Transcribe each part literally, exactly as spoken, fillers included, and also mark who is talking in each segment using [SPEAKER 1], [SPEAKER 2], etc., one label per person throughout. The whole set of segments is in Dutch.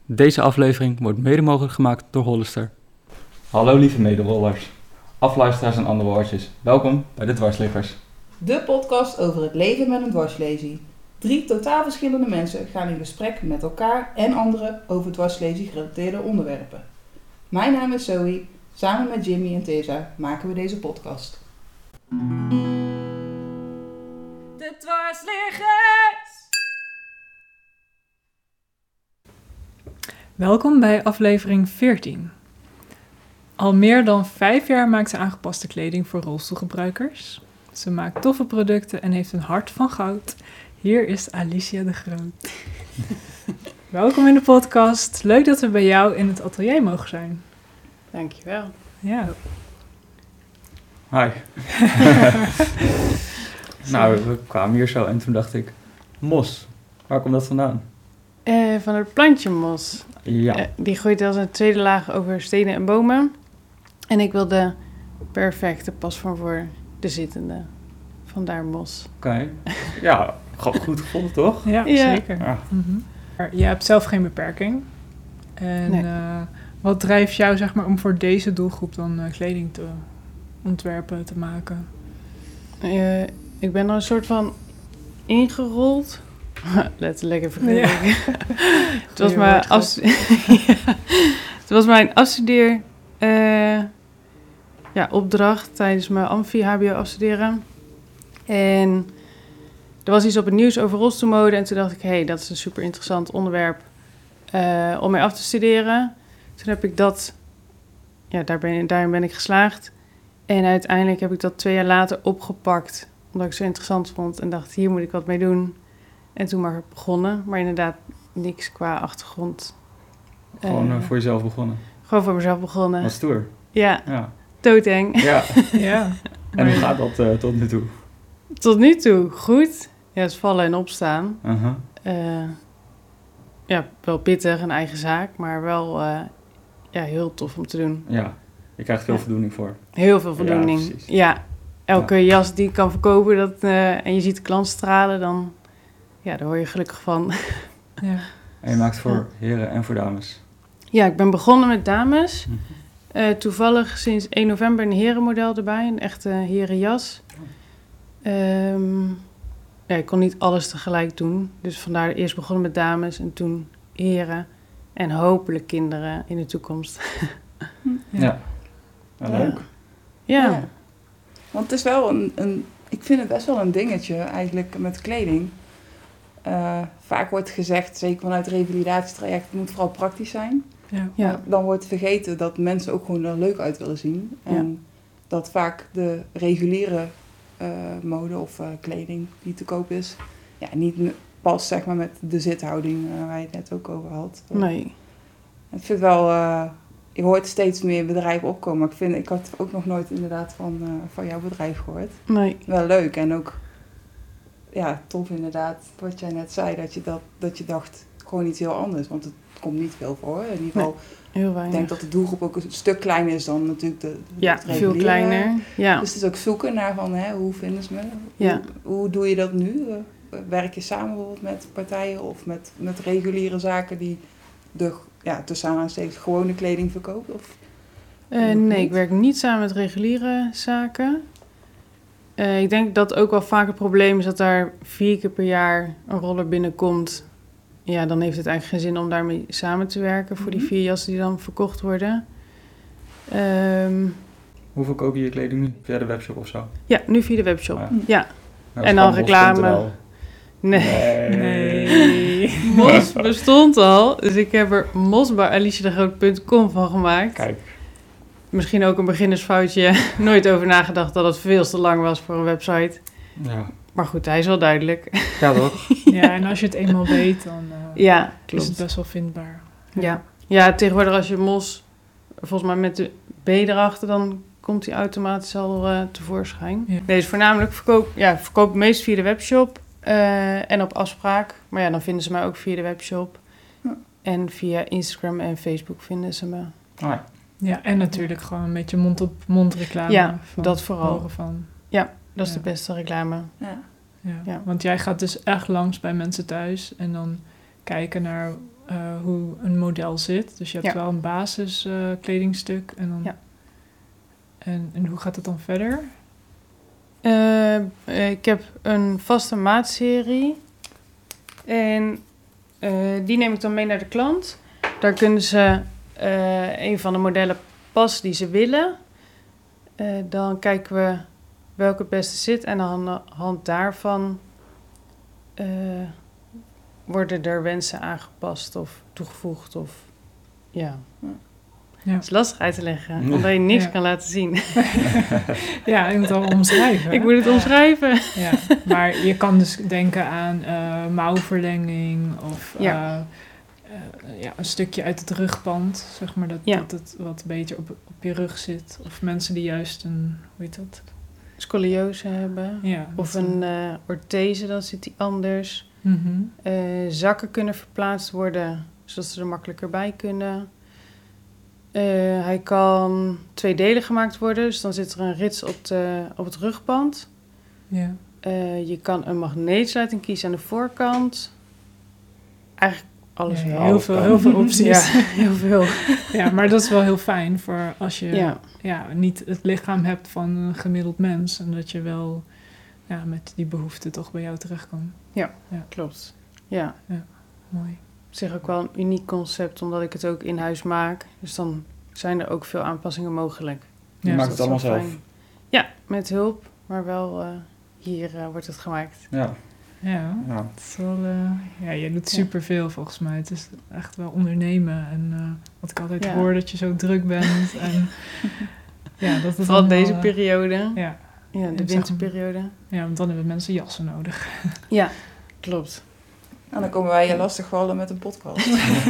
[SPEAKER 1] Deze aflevering wordt mede mogelijk gemaakt door Hollister. Hallo lieve mederollers, afluisteraars en andere woordjes. Welkom bij de Dwarsliggers.
[SPEAKER 2] De podcast over het leven met een dwarslesie. Drie totaal verschillende mensen gaan in gesprek met elkaar en anderen over dwarslesie gerelateerde onderwerpen. Mijn naam is Zoe. Samen met Jimmy en Tessa maken we deze podcast.
[SPEAKER 3] De Dwarsliggers!
[SPEAKER 4] Welkom bij aflevering veertien. Al meer dan vijf jaar maakt ze aangepaste kleding voor rolstoelgebruikers. Ze maakt toffe producten en heeft een hart van goud. Hier is Alicia de Groot. Welkom in de podcast. Leuk dat we bij jou in het atelier mogen zijn.
[SPEAKER 3] Dankjewel.
[SPEAKER 4] Ja.
[SPEAKER 1] Hi. Nou, we kwamen hier zo en toen dacht ik, mos, waar komt dat vandaan?
[SPEAKER 3] Uh, van het plantje mos.
[SPEAKER 1] Ja.
[SPEAKER 3] Uh, die groeit als een tweede laag over stenen en bomen. En ik wil de perfecte pasvorm voor de zittende. Vandaar mos.
[SPEAKER 1] Oké. Okay. Ja, goed gevonden toch?
[SPEAKER 4] Ja,
[SPEAKER 3] Ja.
[SPEAKER 4] zeker.
[SPEAKER 1] Ja.
[SPEAKER 4] Mm-hmm. Je hebt zelf geen beperking. En
[SPEAKER 3] Nee.
[SPEAKER 4] uh, wat drijft jou zeg maar, om voor deze doelgroep dan uh, kleding te ontwerpen, te maken?
[SPEAKER 3] Uh, ik ben er een soort van ingerold. Letterlijk even
[SPEAKER 4] Ja.
[SPEAKER 3] het, was mijn afstu- ja. Het was mijn afstudeer uh, ja, opdracht tijdens mijn amfi-H B O afstuderen. En er was iets op het nieuws over rolstoelmode. En toen dacht ik, hé, hey, dat is een super interessant onderwerp uh, om mee af te studeren. Toen heb ik dat, ja, daar ben, daarin ben ik geslaagd. En uiteindelijk heb ik dat twee jaar later opgepakt. Omdat ik het zo interessant vond en dacht, hier moet ik wat mee doen. En toen maar begonnen, maar inderdaad niks qua achtergrond.
[SPEAKER 1] Gewoon uh,
[SPEAKER 3] Uh,
[SPEAKER 1] voor jezelf begonnen.
[SPEAKER 3] Gewoon voor mezelf begonnen.
[SPEAKER 1] Wat stoer.
[SPEAKER 3] Ja,
[SPEAKER 1] Ja.
[SPEAKER 3] doodeng.
[SPEAKER 1] Ja.
[SPEAKER 4] Ja.
[SPEAKER 1] En hoe gaat dat uh, tot nu toe?
[SPEAKER 3] Tot nu toe goed. Ja, het is vallen en opstaan.
[SPEAKER 1] Uh-huh.
[SPEAKER 3] Uh, ja, wel pittig, een eigen zaak, maar wel uh, ja, heel tof om te doen.
[SPEAKER 1] Ja, je krijgt veel
[SPEAKER 3] Ja.
[SPEAKER 1] voldoening voor.
[SPEAKER 3] Heel veel voldoening.
[SPEAKER 1] Ja, precies.
[SPEAKER 3] Ja, elke ja. jas die ik kan verkopen dat, uh, en je ziet de klant stralen, dan ja, daar word je gelukkig van.
[SPEAKER 4] Ja.
[SPEAKER 1] En je maakt voor heren en voor dames.
[SPEAKER 3] Ja, ik ben begonnen met dames.
[SPEAKER 1] Mm-hmm.
[SPEAKER 3] Uh, toevallig sinds één november een herenmodel erbij, een echte herenjas. Um, ja, ik kon niet alles tegelijk doen. Dus vandaar eerst begonnen met dames en toen heren. En hopelijk kinderen in de toekomst.
[SPEAKER 1] Ja. Ja. Ja, leuk.
[SPEAKER 3] Ja.
[SPEAKER 2] Ja. Want het is wel een, een, ik vind het best wel een dingetje eigenlijk met kleding. Uh, vaak wordt gezegd, zeker vanuit het revalidatietraject, het moet vooral praktisch zijn.
[SPEAKER 4] Ja.
[SPEAKER 3] Ja.
[SPEAKER 2] Maar dan wordt vergeten dat mensen ook gewoon er leuk uit willen zien. En
[SPEAKER 3] Ja.
[SPEAKER 2] dat vaak de reguliere uh, mode of uh, kleding die te koop is, ja, niet past zeg maar met de zithouding uh, waar je het net ook over had.
[SPEAKER 3] Nee.
[SPEAKER 2] Ik vind wel, uh, je hoort steeds meer bedrijven opkomen. Maar ik, vind, ik had ook nog nooit inderdaad van, uh, van jouw bedrijf gehoord.
[SPEAKER 3] Nee.
[SPEAKER 2] Wel leuk en ook ja, tof inderdaad wat jij net zei. Dat je, dat, dat je dacht, gewoon iets heel anders. Want het komt niet veel voor. In ieder geval,
[SPEAKER 3] nee, heel
[SPEAKER 2] ik
[SPEAKER 3] weinig.
[SPEAKER 2] denk dat de doelgroep ook een stuk kleiner is dan natuurlijk de, de
[SPEAKER 3] Ja,
[SPEAKER 2] het
[SPEAKER 3] veel
[SPEAKER 2] reguliere.
[SPEAKER 3] kleiner. Ja.
[SPEAKER 2] Dus het is ook zoeken naar van, hè, hoe vinden ze me?
[SPEAKER 3] Ja.
[SPEAKER 2] Hoe, hoe doe je dat nu? Uh, werk je samen bijvoorbeeld met partijen of met, met reguliere zaken die de, ja, tussen aanhalingstekens gewone kleding verkopen? Of
[SPEAKER 3] Uh, nee, ik werk niet samen met reguliere zaken. Uh, ik denk dat ook wel vaak het probleem is dat daar vier keer per jaar een roller binnenkomt. Ja, dan heeft het eigenlijk geen zin om daarmee samen te werken voor die vier jassen die dan verkocht worden. Um,
[SPEAKER 1] Hoe verkoop je je kleding nu? Via de webshop of zo?
[SPEAKER 3] ja, nu via de webshop.
[SPEAKER 1] Oh ja.
[SPEAKER 3] Ja.
[SPEAKER 1] Nou,
[SPEAKER 3] En dan reclame.
[SPEAKER 1] Mos.
[SPEAKER 3] Nee.
[SPEAKER 1] Nee.
[SPEAKER 4] Nee.
[SPEAKER 3] Mos bestond al, dus ik heb er mos bij alicia de groot punt com van gemaakt.
[SPEAKER 1] Kijk.
[SPEAKER 3] Misschien ook een beginnersfoutje. Nooit over nagedacht dat het veel te lang was voor een website.
[SPEAKER 1] Ja.
[SPEAKER 3] Maar goed, hij is wel duidelijk.
[SPEAKER 1] Ja, toch?
[SPEAKER 4] Ja, en als je het eenmaal weet, dan uh,
[SPEAKER 3] Ja,
[SPEAKER 4] is het
[SPEAKER 3] klopt.
[SPEAKER 4] best wel vindbaar.
[SPEAKER 3] Ja. Ja, tegenwoordig als je mos, volgens mij met de B erachter, dan komt hij automatisch al uh, tevoorschijn.
[SPEAKER 4] Ja.
[SPEAKER 3] Nee, dus voornamelijk verkoop, ja, verkoop het meest via de webshop uh, en op afspraak. Maar ja, dan vinden ze mij ook via de webshop.
[SPEAKER 2] Ja.
[SPEAKER 3] En via Instagram en Facebook vinden ze me.
[SPEAKER 1] Oh, ja.
[SPEAKER 4] Ja, en natuurlijk gewoon een beetje mond-op-mond reclame.
[SPEAKER 3] Ja,
[SPEAKER 4] van,
[SPEAKER 3] dat vooral.
[SPEAKER 4] horen van.
[SPEAKER 3] Dat is
[SPEAKER 4] Ja.
[SPEAKER 3] de beste reclame.
[SPEAKER 2] ja.
[SPEAKER 4] Ja.
[SPEAKER 3] Ja.
[SPEAKER 4] Want jij gaat dus echt langs bij mensen thuis en dan kijken naar uh, hoe een model zit. Dus je hebt
[SPEAKER 3] Ja.
[SPEAKER 4] wel een basis uh, kledingstuk. En, dan,
[SPEAKER 3] Ja.
[SPEAKER 4] en, en hoe gaat het dan verder?
[SPEAKER 3] Uh, ik heb een vaste maatserie. En uh, die neem ik dan mee naar de klant. Daar kunnen ze uh, een van de modellen passen die ze willen. Uh, dan kijken we welke het beste zit. En aan de hand daarvan uh, worden er wensen aangepast of toegevoegd. Of, ja. Ja. Het is lastig uit te leggen, omdat je niks ja. kan laten zien.
[SPEAKER 4] Ja, je moet het al omschrijven.
[SPEAKER 3] Ik moet het omschrijven.
[SPEAKER 4] Ja, maar je kan dus denken aan uh, mouwverlenging of ja. Uh, uh, ja, een stukje uit het rugpand, zeg maar, dat, ja. dat het wat beter op, op je rug zit. Of mensen die juist een, hoe heet dat?
[SPEAKER 3] Scoliose hebben.
[SPEAKER 4] Ja,
[SPEAKER 3] of een uh, orthese, dan zit die anders.
[SPEAKER 4] Mm-hmm.
[SPEAKER 3] Uh, zakken kunnen verplaatst worden, zodat ze er makkelijker bij kunnen. Uh, hij kan tweedelig gemaakt worden, dus dan zit er een rits op, de, op het rugband.
[SPEAKER 4] Ja.
[SPEAKER 3] Uh, je kan een magneetsluiting kiezen aan de voorkant. Eigenlijk alles
[SPEAKER 4] ja,
[SPEAKER 3] wel.
[SPEAKER 4] Heel veel, heel veel opties.
[SPEAKER 3] Ja, heel veel.
[SPEAKER 4] Ja, maar dat is wel heel fijn voor als je
[SPEAKER 3] ja.
[SPEAKER 4] Ja, niet het lichaam hebt van een gemiddeld mens. En dat je wel ja, met die behoeften toch bij jou terecht kan.
[SPEAKER 3] Ja, ja. klopt. Ja.
[SPEAKER 4] ja, mooi.
[SPEAKER 3] Op zich ook wel een uniek concept, omdat ik het ook in huis maak. Dus dan zijn er ook veel aanpassingen mogelijk.
[SPEAKER 1] Je
[SPEAKER 3] ja,
[SPEAKER 1] maakt
[SPEAKER 3] dus
[SPEAKER 1] het allemaal zelf?
[SPEAKER 3] Fijn. Ja, met hulp, maar wel uh, hier uh, wordt het gemaakt.
[SPEAKER 1] Ja.
[SPEAKER 4] Ja, ja. Het is wel, uh, ja, je doet superveel volgens mij. Het is echt wel ondernemen. En uh, wat ik altijd ja. hoor, dat je zo druk bent. En ja, dat het
[SPEAKER 3] vooral deze uh, periode.
[SPEAKER 4] Ja,
[SPEAKER 3] ja de winterperiode.
[SPEAKER 4] Ja, want dan hebben mensen jassen nodig.
[SPEAKER 3] Ja, klopt.
[SPEAKER 2] En dan komen wij je lastig vallen met een podcast.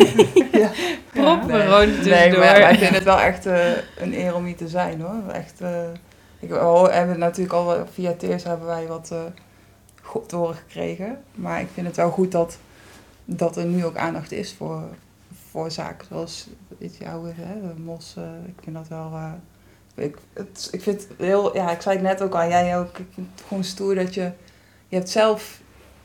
[SPEAKER 3] ja. Proppen
[SPEAKER 2] nee.
[SPEAKER 3] gewoon tussendoor.
[SPEAKER 2] Nee, maar wij vinden het wel echt uh, een eer om hier te zijn, hoor. Echt, uh, ik oh, hebben natuurlijk al via Teers hebben wij wat uh, goed te horen gekregen. Maar ik vind het wel goed dat, dat er nu ook aandacht is voor, voor zaken zoals dit jouw, hè, de mos. Uh, ik vind dat wel... Uh, ik, het, ik vind het heel... Ja, ik zei het net ook al, jij ook. Ik vind het gewoon stoer dat je... Je hebt zelf...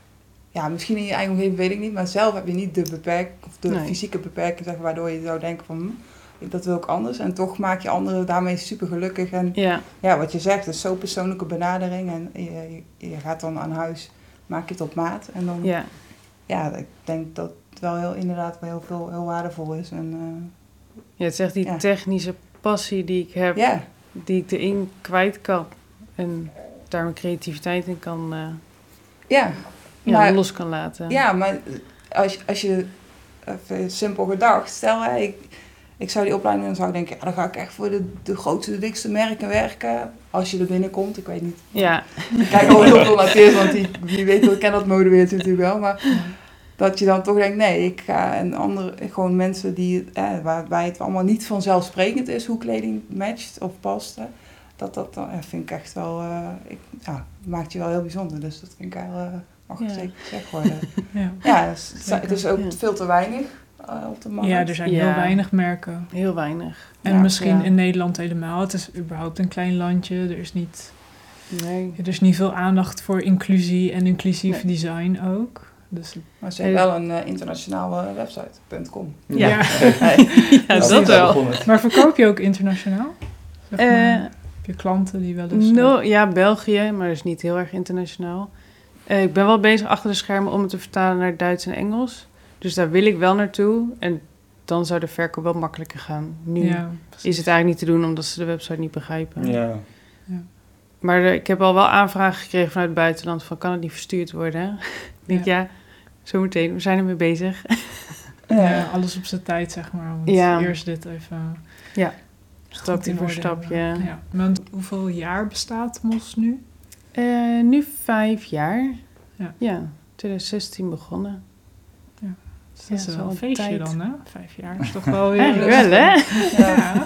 [SPEAKER 2] Ja, misschien in je eigen omgeving weet ik niet, maar zelf heb je niet de beperking, of de nee. fysieke beperking, zeg, waardoor je zou denken van, hm, dat wil ik anders. En toch maak je anderen daarmee super gelukkig. En
[SPEAKER 3] ja,
[SPEAKER 2] ja wat je zegt, is zo'n persoonlijke benadering. En je, je, je gaat dan aan huis, maak je het op maat. En dan,
[SPEAKER 3] ja,
[SPEAKER 2] ja ik denk dat het wel heel, inderdaad wel heel veel, heel waardevol is. En, uh,
[SPEAKER 3] ja, het is echt die ja. technische passie die ik heb,
[SPEAKER 2] ja.
[SPEAKER 3] die ik erin kwijt kan. En daar mijn creativiteit in kan... Uh,
[SPEAKER 2] ja.
[SPEAKER 3] Ja,
[SPEAKER 2] maar,
[SPEAKER 3] los kan laten.
[SPEAKER 2] Ja, maar als, als je, even simpel gedacht, stel hè, ik, ik zou die opleiding doen, dan zou ik denken, ja, dan ga ik echt voor de, de grootste, de dikste merken werken. Als je er binnenkomt, ik weet niet.
[SPEAKER 3] Ja.
[SPEAKER 2] Ik kijk al heel veel naar Teers, want die, wie weet, ik ken dat motiveert natuurlijk wel. Maar dat je dan toch denkt, nee, ik ga en andere, gewoon mensen die, eh, waarbij het allemaal niet vanzelfsprekend is hoe kleding matcht of past. Hè, dat, dat dat vind ik echt wel, uh, ik, ja, maakt je wel heel bijzonder. Dus dat vind ik wel... Uh, mag ik ja. zeker gezegd worden. ja, ja het, is, het is ook ja. veel te weinig uh, op de markt.
[SPEAKER 4] Ja, er zijn ja. heel weinig merken.
[SPEAKER 3] Heel weinig.
[SPEAKER 4] En
[SPEAKER 3] ja.
[SPEAKER 4] misschien
[SPEAKER 3] ja.
[SPEAKER 4] in Nederland helemaal. Het is überhaupt een klein landje. Er is niet,
[SPEAKER 3] nee.
[SPEAKER 4] er is niet veel aandacht voor inclusie en inclusief nee. design ook. Dus,
[SPEAKER 2] maar ze hebben wel een uh, internationale website, .com.
[SPEAKER 3] Ja, ja.
[SPEAKER 2] ja.
[SPEAKER 3] ja dat, dat wel.
[SPEAKER 4] Maar verkoop je ook internationaal? Zeg maar, uh, heb je klanten die wel eens...
[SPEAKER 3] No, ja, België, maar dat is niet heel erg internationaal. Uh, ik ben wel bezig achter de schermen om het te vertalen naar Duits en Engels. Dus daar wil ik wel naartoe. En dan zou de verkoop wel makkelijker gaan. Nu
[SPEAKER 4] ja,
[SPEAKER 3] is het eigenlijk niet te doen omdat ze de website niet begrijpen.
[SPEAKER 1] Ja.
[SPEAKER 3] ja. Maar uh, ik heb al wel aanvragen gekregen vanuit het buitenland van kan het niet verstuurd worden? Ik denk ja, zometeen, we zijn ermee bezig.
[SPEAKER 4] Ja, ja, alles op zijn tijd zeg maar. Want
[SPEAKER 3] ja.
[SPEAKER 4] eerst dit even...
[SPEAKER 3] Ja, stapje voor stapje.
[SPEAKER 4] Ja. Maar hoeveel jaar bestaat Mos nu?
[SPEAKER 3] Uh, nu vijf jaar.
[SPEAKER 4] Ja.
[SPEAKER 3] ja, twintig zestien begonnen.
[SPEAKER 4] Ja, dus dat ja, is wel een feestje tijd. Dan, hè? Vijf jaar is toch wel weer...
[SPEAKER 3] Eigenlijk wel, hè?
[SPEAKER 4] Ja.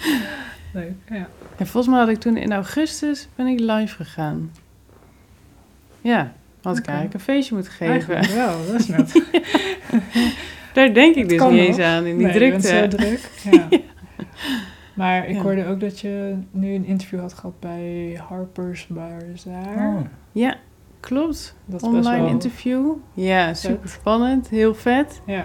[SPEAKER 4] Leuk, ja.
[SPEAKER 3] En volgens mij had ik toen in augustus ben ik live gegaan. Ja, had ik okay. eigenlijk een feestje moeten geven.
[SPEAKER 4] Eigenlijk wel, dat is net.
[SPEAKER 3] Daar denk ik
[SPEAKER 4] dat
[SPEAKER 3] dus niet
[SPEAKER 4] nog.
[SPEAKER 3] eens aan, in die
[SPEAKER 4] nee,
[SPEAKER 3] drukte.
[SPEAKER 4] Je bent zo druk, ja. ja. Maar ik
[SPEAKER 3] ja.
[SPEAKER 4] hoorde ook dat je nu een interview had gehad bij Harper's Bazaar.
[SPEAKER 3] Oh. Ja, klopt.
[SPEAKER 4] Dat
[SPEAKER 3] Online
[SPEAKER 4] best wel...
[SPEAKER 3] interview. Ja, super spannend. Heel vet.
[SPEAKER 4] Ja.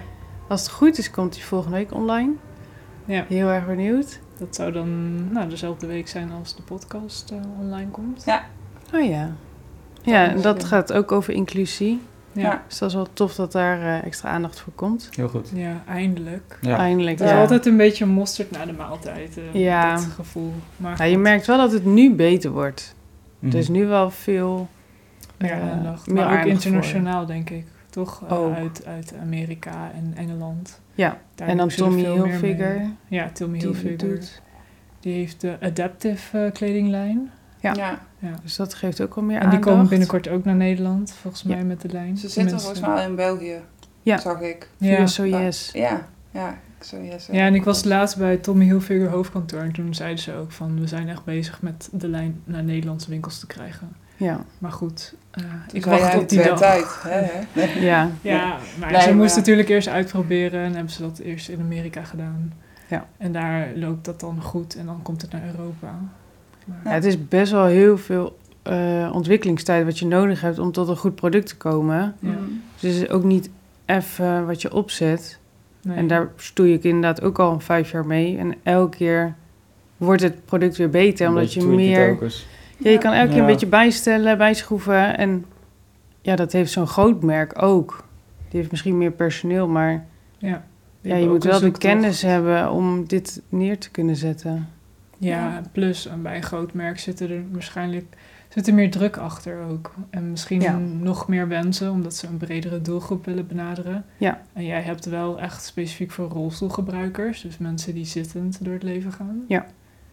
[SPEAKER 3] Als het goed is, komt die volgende week online.
[SPEAKER 4] Ja,
[SPEAKER 3] Heel erg benieuwd.
[SPEAKER 4] dat zou dan nou, dezelfde week zijn als de podcast uh, online komt.
[SPEAKER 2] Ja.
[SPEAKER 3] Oh ja. Ja, en dat
[SPEAKER 2] Ja.
[SPEAKER 3] gaat ook over inclusie.
[SPEAKER 4] Ja,
[SPEAKER 2] Ja.
[SPEAKER 4] ja.
[SPEAKER 3] Dus dat is wel tof dat daar uh, extra aandacht voor komt.
[SPEAKER 1] Heel goed.
[SPEAKER 4] eindelijk.
[SPEAKER 1] Ja.
[SPEAKER 3] Eindelijk,
[SPEAKER 4] Het is
[SPEAKER 3] ja.
[SPEAKER 4] altijd een beetje mosterd na de maaltijd, uh,
[SPEAKER 3] Ja.
[SPEAKER 4] dat gevoel. Maar
[SPEAKER 3] Ja, je
[SPEAKER 4] goed.
[SPEAKER 3] merkt wel dat het nu beter wordt.
[SPEAKER 1] Mhm.
[SPEAKER 3] Er is nu wel veel
[SPEAKER 4] meer
[SPEAKER 3] uh,
[SPEAKER 4] aandacht.
[SPEAKER 3] meer
[SPEAKER 4] Maar ook
[SPEAKER 3] aandacht
[SPEAKER 4] internationaal, denk ik. Toch? Uh,
[SPEAKER 3] Ook.
[SPEAKER 4] uit, uit Amerika en Engeland.
[SPEAKER 3] Ja,
[SPEAKER 4] Daar
[SPEAKER 3] en dan
[SPEAKER 4] doen ze er
[SPEAKER 3] Tommy
[SPEAKER 4] veel meer
[SPEAKER 3] Hilfiger.
[SPEAKER 4] mee. Ja, Tommy
[SPEAKER 3] Die
[SPEAKER 4] Hilfiger.
[SPEAKER 3] doet.
[SPEAKER 4] Die heeft de Adaptive uh, kledinglijn.
[SPEAKER 3] Ja.
[SPEAKER 2] Ja.
[SPEAKER 4] Ja.
[SPEAKER 3] Dus dat geeft ook wel meer
[SPEAKER 4] En die
[SPEAKER 3] aandacht.
[SPEAKER 4] komen binnenkort ook naar Nederland, volgens
[SPEAKER 3] Ja.
[SPEAKER 4] mij, met de lijn.
[SPEAKER 2] Ze
[SPEAKER 4] Die
[SPEAKER 2] zitten
[SPEAKER 4] mensen-
[SPEAKER 2] volgens mij al in België.
[SPEAKER 3] Ja.
[SPEAKER 2] Zag ik.
[SPEAKER 3] Via
[SPEAKER 4] Ja.
[SPEAKER 3] So Yes.
[SPEAKER 2] Ja. Ja. So yes,
[SPEAKER 4] Ja, en ik was laatst bij Tommy Hilfiger hoofdkantoor en toen zeiden ze ook van, we zijn echt bezig met de lijn naar Nederlandse winkels te krijgen.
[SPEAKER 3] Ja.
[SPEAKER 4] Maar goed, uh,
[SPEAKER 2] Toen
[SPEAKER 4] ik
[SPEAKER 2] zei
[SPEAKER 4] wacht
[SPEAKER 2] jij,
[SPEAKER 4] op die
[SPEAKER 2] het werd
[SPEAKER 4] dag.
[SPEAKER 2] tijd. Hè, hè? Nee.
[SPEAKER 3] Ja.
[SPEAKER 4] Ja, maar
[SPEAKER 2] Nee,
[SPEAKER 4] ze
[SPEAKER 2] maar-
[SPEAKER 4] moesten natuurlijk eerst uitproberen en hebben ze dat eerst in Amerika gedaan.
[SPEAKER 3] Ja.
[SPEAKER 4] En daar loopt dat dan goed en dan komt het naar Europa. Maar,
[SPEAKER 3] Ja, het is best wel heel veel uh, ontwikkelingstijd wat je nodig hebt om tot een goed product te komen.
[SPEAKER 4] ja.
[SPEAKER 2] Mm.
[SPEAKER 3] Dus het is ook niet even wat je opzet.
[SPEAKER 4] Nee.
[SPEAKER 3] En daar stoei ik inderdaad ook al vijf jaar mee. En elke keer wordt het product weer beter,
[SPEAKER 1] Een
[SPEAKER 3] omdat
[SPEAKER 1] beetje
[SPEAKER 3] je
[SPEAKER 1] tweaken
[SPEAKER 3] meer...
[SPEAKER 1] telkens.
[SPEAKER 3] Ja, je kan elke keer
[SPEAKER 1] Ja.
[SPEAKER 3] een beetje bijstellen, bijschroeven. En ja, dat heeft zo'n groot merk ook. Die heeft misschien meer personeel, maar
[SPEAKER 4] ja, Die
[SPEAKER 3] ja, je
[SPEAKER 4] hebben
[SPEAKER 3] moet
[SPEAKER 4] ook een
[SPEAKER 3] wel de
[SPEAKER 4] zoektocht.
[SPEAKER 3] kennis hebben om dit neer te kunnen zetten.
[SPEAKER 4] Ja, plus en bij een groot merk zitten er waarschijnlijk zit er meer druk achter ook. En misschien
[SPEAKER 3] Ja.
[SPEAKER 4] nog meer wensen, omdat ze een bredere doelgroep willen benaderen.
[SPEAKER 3] Ja.
[SPEAKER 4] En jij hebt wel echt specifiek voor rolstoelgebruikers, dus mensen die zittend door het leven gaan.
[SPEAKER 3] Ja.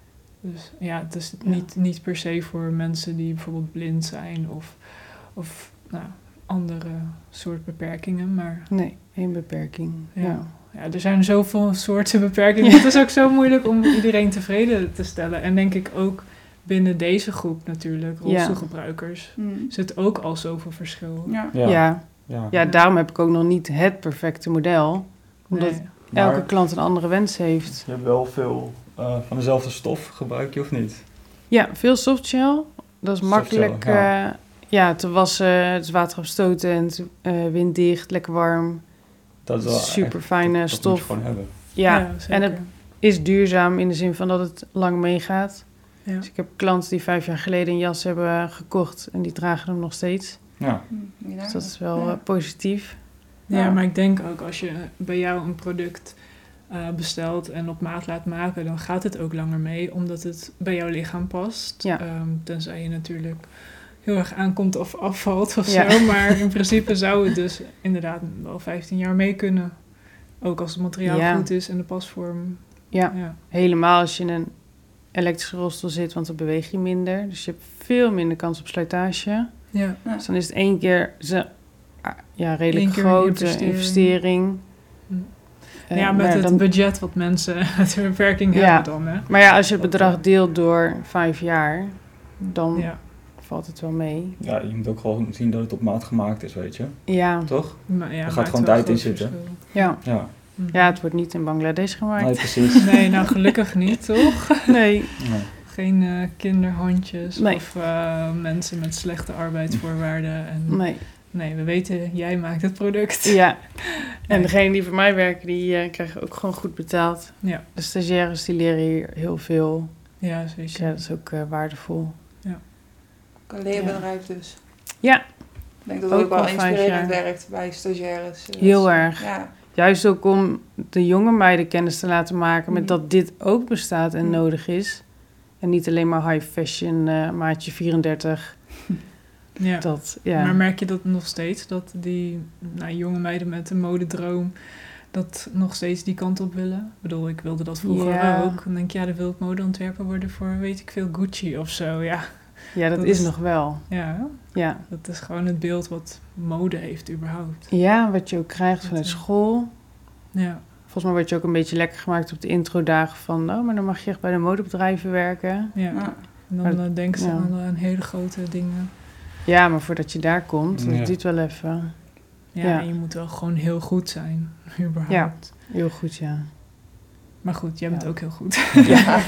[SPEAKER 4] Dus ja, het is
[SPEAKER 3] Ja.
[SPEAKER 4] niet, niet per se voor mensen die bijvoorbeeld blind zijn of, of nou, andere soort beperkingen, maar
[SPEAKER 3] Nee, geen beperking.
[SPEAKER 4] Ja.
[SPEAKER 3] Ja.
[SPEAKER 4] ja, er zijn zoveel soorten beperkingen. Het is ook zo moeilijk om iedereen tevreden te stellen. En denk ik ook binnen deze groep natuurlijk,
[SPEAKER 3] Ja.
[SPEAKER 4] rolstoelgebruikers,
[SPEAKER 2] Mm.
[SPEAKER 4] zit ook al zoveel verschil.
[SPEAKER 2] Ja.
[SPEAKER 3] Ja.
[SPEAKER 1] Ja.
[SPEAKER 3] Ja.
[SPEAKER 1] Ja.
[SPEAKER 3] Ja, daarom heb ik ook nog niet het perfecte model. Omdat
[SPEAKER 4] Nee.
[SPEAKER 3] elke
[SPEAKER 1] Maar
[SPEAKER 3] klant een andere wens heeft.
[SPEAKER 1] je hebt wel veel uh, van dezelfde stof, gebruik je of niet?
[SPEAKER 3] Ja, veel softshell. Dat is
[SPEAKER 1] Softshell,
[SPEAKER 3] makkelijk
[SPEAKER 1] ja.
[SPEAKER 3] ja. ja, te wassen. Het is waterafstotend, uh, winddicht, lekker warm.
[SPEAKER 1] Dat is wel
[SPEAKER 3] Super
[SPEAKER 1] echt-
[SPEAKER 3] fijne
[SPEAKER 1] dat moet je
[SPEAKER 3] stof.
[SPEAKER 1] gewoon hebben.
[SPEAKER 3] Ja,
[SPEAKER 4] zeker.
[SPEAKER 3] en het is duurzaam in de zin van dat het lang meegaat.
[SPEAKER 4] Ja.
[SPEAKER 3] Dus ik heb klanten die vijf jaar geleden een jas hebben gekocht en die dragen hem nog steeds.
[SPEAKER 1] Ja.
[SPEAKER 2] Mm, ja.
[SPEAKER 3] Dus dat is wel
[SPEAKER 2] Ja.
[SPEAKER 3] uh, positief.
[SPEAKER 4] Ja,
[SPEAKER 2] Ja.
[SPEAKER 4] maar ik denk ook als je bij jou een product uh, bestelt en op maat laat maken, dan gaat het ook langer mee, omdat het bij jouw lichaam past.
[SPEAKER 3] Ja.
[SPEAKER 4] Um, tenzij je natuurlijk heel erg aankomt of afvalt of
[SPEAKER 3] Ja.
[SPEAKER 4] zo. Maar in principe zou het dus inderdaad wel vijftien jaar mee kunnen. Ook als het materiaal
[SPEAKER 3] Ja.
[SPEAKER 4] goed is en de pasvorm.
[SPEAKER 3] Ja,
[SPEAKER 4] Ja.
[SPEAKER 3] helemaal als je in een elektrische rolstoel zit, want dan beweeg je minder. Dus je hebt veel minder kans op slijtage.
[SPEAKER 4] Ja.
[SPEAKER 3] Dus dan is het één keer ze, ah, ja, redelijk
[SPEAKER 4] Eén keer een
[SPEAKER 3] grote
[SPEAKER 4] investering.
[SPEAKER 3] investering.
[SPEAKER 4] Hm.
[SPEAKER 3] Eh,
[SPEAKER 4] ja, met
[SPEAKER 3] maar
[SPEAKER 4] het
[SPEAKER 3] dan-
[SPEAKER 4] budget wat mensen met een beperking
[SPEAKER 3] Ja.
[SPEAKER 4] hebben dan. Hè?
[SPEAKER 3] Maar ja, als je het bedrag deelt door vijf jaar, dan
[SPEAKER 4] Ja.
[SPEAKER 3] valt het wel mee.
[SPEAKER 1] Ja, je moet ook gewoon zien dat het op maat gemaakt is, weet je.
[SPEAKER 3] Ja,
[SPEAKER 1] Toch?
[SPEAKER 4] Maar ja,
[SPEAKER 1] gaat
[SPEAKER 4] maakt
[SPEAKER 1] gewoon
[SPEAKER 4] wel
[SPEAKER 1] tijd in
[SPEAKER 4] groot
[SPEAKER 1] zitten.
[SPEAKER 4] verschil.
[SPEAKER 3] ja.
[SPEAKER 1] Ja,
[SPEAKER 4] Hm.
[SPEAKER 3] ja, het wordt niet in Bangladesh gemaakt.
[SPEAKER 1] nee, precies.
[SPEAKER 4] Nee, nou gelukkig niet, toch?
[SPEAKER 3] Nee.
[SPEAKER 1] Nee.
[SPEAKER 4] Geen eh, kinderhandjes
[SPEAKER 3] Nee.
[SPEAKER 4] of eh, mensen met slechte arbeidsvoorwaarden. En,
[SPEAKER 3] Nee.
[SPEAKER 4] nee, we weten, jij maakt het product.
[SPEAKER 3] Ja. En
[SPEAKER 4] Nee.
[SPEAKER 3] degenen die voor mij werken, die eh, krijgen ook gewoon goed betaald.
[SPEAKER 4] Ja,
[SPEAKER 3] De stagiaires die leren hier heel veel.
[SPEAKER 4] ja
[SPEAKER 3] Dus
[SPEAKER 4] zeker.
[SPEAKER 3] ja, dat is ook eh, waardevol.
[SPEAKER 2] Een leerbedrijf dus.
[SPEAKER 3] Ja,
[SPEAKER 2] Ik denk dat het
[SPEAKER 3] Ook
[SPEAKER 2] ook wel
[SPEAKER 3] al vijf
[SPEAKER 2] inspirerend
[SPEAKER 3] jaar.
[SPEAKER 2] werkt bij stagiaires. Dus,
[SPEAKER 3] heel erg.
[SPEAKER 2] Ja.
[SPEAKER 3] Juist ook om de jonge meiden kennis te laten maken met
[SPEAKER 2] Mm.
[SPEAKER 3] dat dit ook bestaat en
[SPEAKER 2] Mm.
[SPEAKER 3] nodig is. En niet alleen maar high fashion, eh, maatje vierendertig.
[SPEAKER 4] Ja.
[SPEAKER 3] Dat, ja.
[SPEAKER 4] Maar merk je dat nog steeds, dat die nou, jonge meiden met een modedroom, dat nog steeds die kant op willen? Ik bedoel, ik wilde dat vroeger
[SPEAKER 3] Ja.
[SPEAKER 4] ook. Dan denk je, ja, dan wil ik modeontwerper worden voor, weet ik veel, Gucci of zo. Ja,
[SPEAKER 3] ja, dat,
[SPEAKER 4] dat
[SPEAKER 3] is
[SPEAKER 4] is-
[SPEAKER 3] nog wel.
[SPEAKER 4] ja,
[SPEAKER 3] Ja.
[SPEAKER 4] dat is gewoon het beeld wat mode heeft überhaupt.
[SPEAKER 3] ja, wat je ook krijgt vanuit
[SPEAKER 4] Dat, eh,
[SPEAKER 3] school.
[SPEAKER 4] Ja,
[SPEAKER 3] Volgens mij word je ook een beetje lekker gemaakt op de introdagen van... nou, maar dan mag je echt bij de modebedrijven werken.
[SPEAKER 4] ja.
[SPEAKER 2] Ja.
[SPEAKER 4] En dan
[SPEAKER 3] Maar-
[SPEAKER 4] uh, denken ze
[SPEAKER 3] ja.
[SPEAKER 4] aan, aan hele grote dingen.
[SPEAKER 3] Ja, maar voordat je daar komt,
[SPEAKER 1] Ja.
[SPEAKER 3] dat duurt wel even.
[SPEAKER 4] Ja,
[SPEAKER 3] Ja.
[SPEAKER 4] en je moet wel gewoon heel goed zijn, überhaupt.
[SPEAKER 3] Heel goed, ja.
[SPEAKER 4] Maar goed, jij bent
[SPEAKER 3] Ja.
[SPEAKER 4] ook heel goed.
[SPEAKER 3] Ja.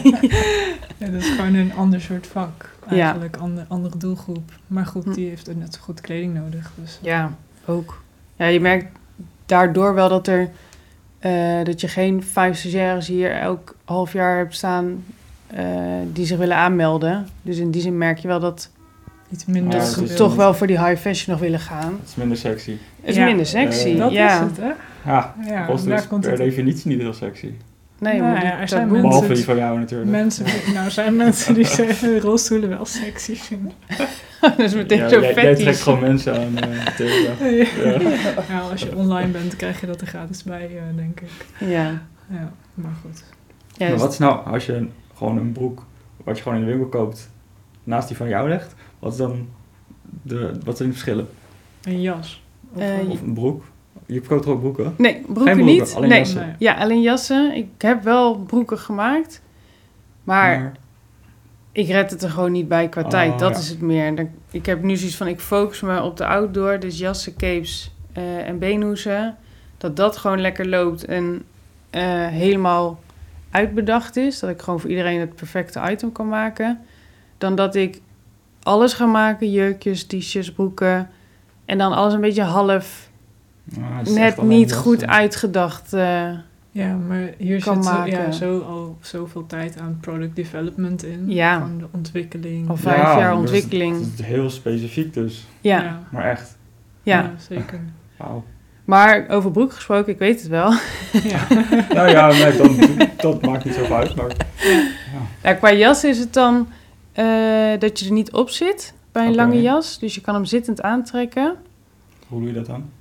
[SPEAKER 4] Ja, dat is gewoon een ander soort vak.
[SPEAKER 3] Ja.
[SPEAKER 4] Eigenlijk, ander, andere doelgroep. Maar goed,
[SPEAKER 3] Hm.
[SPEAKER 4] die heeft ook net zo goed kleding nodig. Dus.
[SPEAKER 3] Ja, ook. Ja, je merkt daardoor wel dat er uh, dat je geen vijf stagiaires hier elk half jaar hebt staan uh, die zich willen aanmelden. Dus in die zin merk je wel dat
[SPEAKER 4] iets minder
[SPEAKER 1] Ja,
[SPEAKER 3] dat
[SPEAKER 1] het is
[SPEAKER 3] ze toch wel voor die high fashion nog willen gaan.
[SPEAKER 1] Het is minder sexy.
[SPEAKER 3] Het is
[SPEAKER 4] Ja.
[SPEAKER 3] minder sexy,
[SPEAKER 1] Uh,
[SPEAKER 4] Dat
[SPEAKER 3] ja.
[SPEAKER 4] is het, hè?
[SPEAKER 1] Ja,
[SPEAKER 4] Ja,
[SPEAKER 1] kosten
[SPEAKER 4] daar
[SPEAKER 1] is
[SPEAKER 4] komt
[SPEAKER 1] per
[SPEAKER 4] het.
[SPEAKER 1] definitie niet heel sexy.
[SPEAKER 3] Nee,
[SPEAKER 4] Nou
[SPEAKER 3] maar die
[SPEAKER 4] ja, er zijn
[SPEAKER 3] taboe-
[SPEAKER 4] mensen-
[SPEAKER 1] Behalve die van jou natuurlijk.
[SPEAKER 4] Mensen, nou zijn mensen die zeggen rolstoelen wel sexy vinden.
[SPEAKER 3] dat is meteen
[SPEAKER 1] Ja,
[SPEAKER 3] zo
[SPEAKER 1] jij, jij
[SPEAKER 3] fetisch.
[SPEAKER 1] trekt gewoon mensen aan uh, Thea. Ja.
[SPEAKER 4] Ja, als je online bent, krijg je dat er gratis bij, uh, denk ik.
[SPEAKER 3] Ja.
[SPEAKER 4] Ja, maar goed.
[SPEAKER 3] Ja,
[SPEAKER 1] Maar
[SPEAKER 3] dus-
[SPEAKER 1] wat is nou, als je gewoon een broek, wat je gewoon in de winkel koopt, naast die van jou legt, wat is dan de, wat zijn de verschillen?
[SPEAKER 4] Een jas. Of,
[SPEAKER 3] Eh,
[SPEAKER 4] uh,
[SPEAKER 1] Of een broek? Je koopt toch ook broeken?
[SPEAKER 3] Nee, broeken,
[SPEAKER 1] Geen broeken,
[SPEAKER 3] niet.
[SPEAKER 1] alleen
[SPEAKER 3] nee.
[SPEAKER 1] jassen.
[SPEAKER 4] nee.
[SPEAKER 3] Ja, alleen jassen. Ik heb wel broeken gemaakt. Maar
[SPEAKER 1] Maar-
[SPEAKER 3] ik red het er gewoon niet bij qua
[SPEAKER 1] Oh,
[SPEAKER 3] tijd. Dat
[SPEAKER 1] ja.
[SPEAKER 3] is het meer. Dan- Ik heb nu zoiets van, ik focus me op de outdoor. Dus jassen, capes eh, en beenhoezen. Dat dat gewoon lekker loopt en eh, helemaal uitbedacht is. Dat ik gewoon voor iedereen het perfecte item kan maken. Dan dat ik alles ga maken. Jurkjes, t-shirts, broeken. En dan alles een beetje half,
[SPEAKER 1] Ah, het is echt
[SPEAKER 3] net
[SPEAKER 1] alleen
[SPEAKER 3] niet
[SPEAKER 1] jassen.
[SPEAKER 3] goed uitgedacht. eh,
[SPEAKER 4] Ja, maar hier
[SPEAKER 3] kan
[SPEAKER 4] zit zo,
[SPEAKER 3] maken.
[SPEAKER 4] ja, zo al zoveel tijd aan product development in.
[SPEAKER 3] Ja.
[SPEAKER 4] Gewoon de ontwikkeling.
[SPEAKER 3] Al vijf jaar
[SPEAKER 1] dus
[SPEAKER 3] ontwikkeling.
[SPEAKER 1] Het is heel specifiek dus,
[SPEAKER 3] ja, ja.
[SPEAKER 1] maar echt.
[SPEAKER 4] ja, zeker.
[SPEAKER 1] Wauw.
[SPEAKER 3] Maar over broek gesproken, ik weet het wel.
[SPEAKER 4] Ja.
[SPEAKER 1] Nou ja, nee, dan, dat maakt niet zoveel uit, maar...
[SPEAKER 3] Ja, qua jas is het dan eh, dat je er niet op zit bij een
[SPEAKER 1] Oké.
[SPEAKER 3] lange jas. Dus je kan hem zittend aantrekken.
[SPEAKER 1] Hoe doe je dat dan?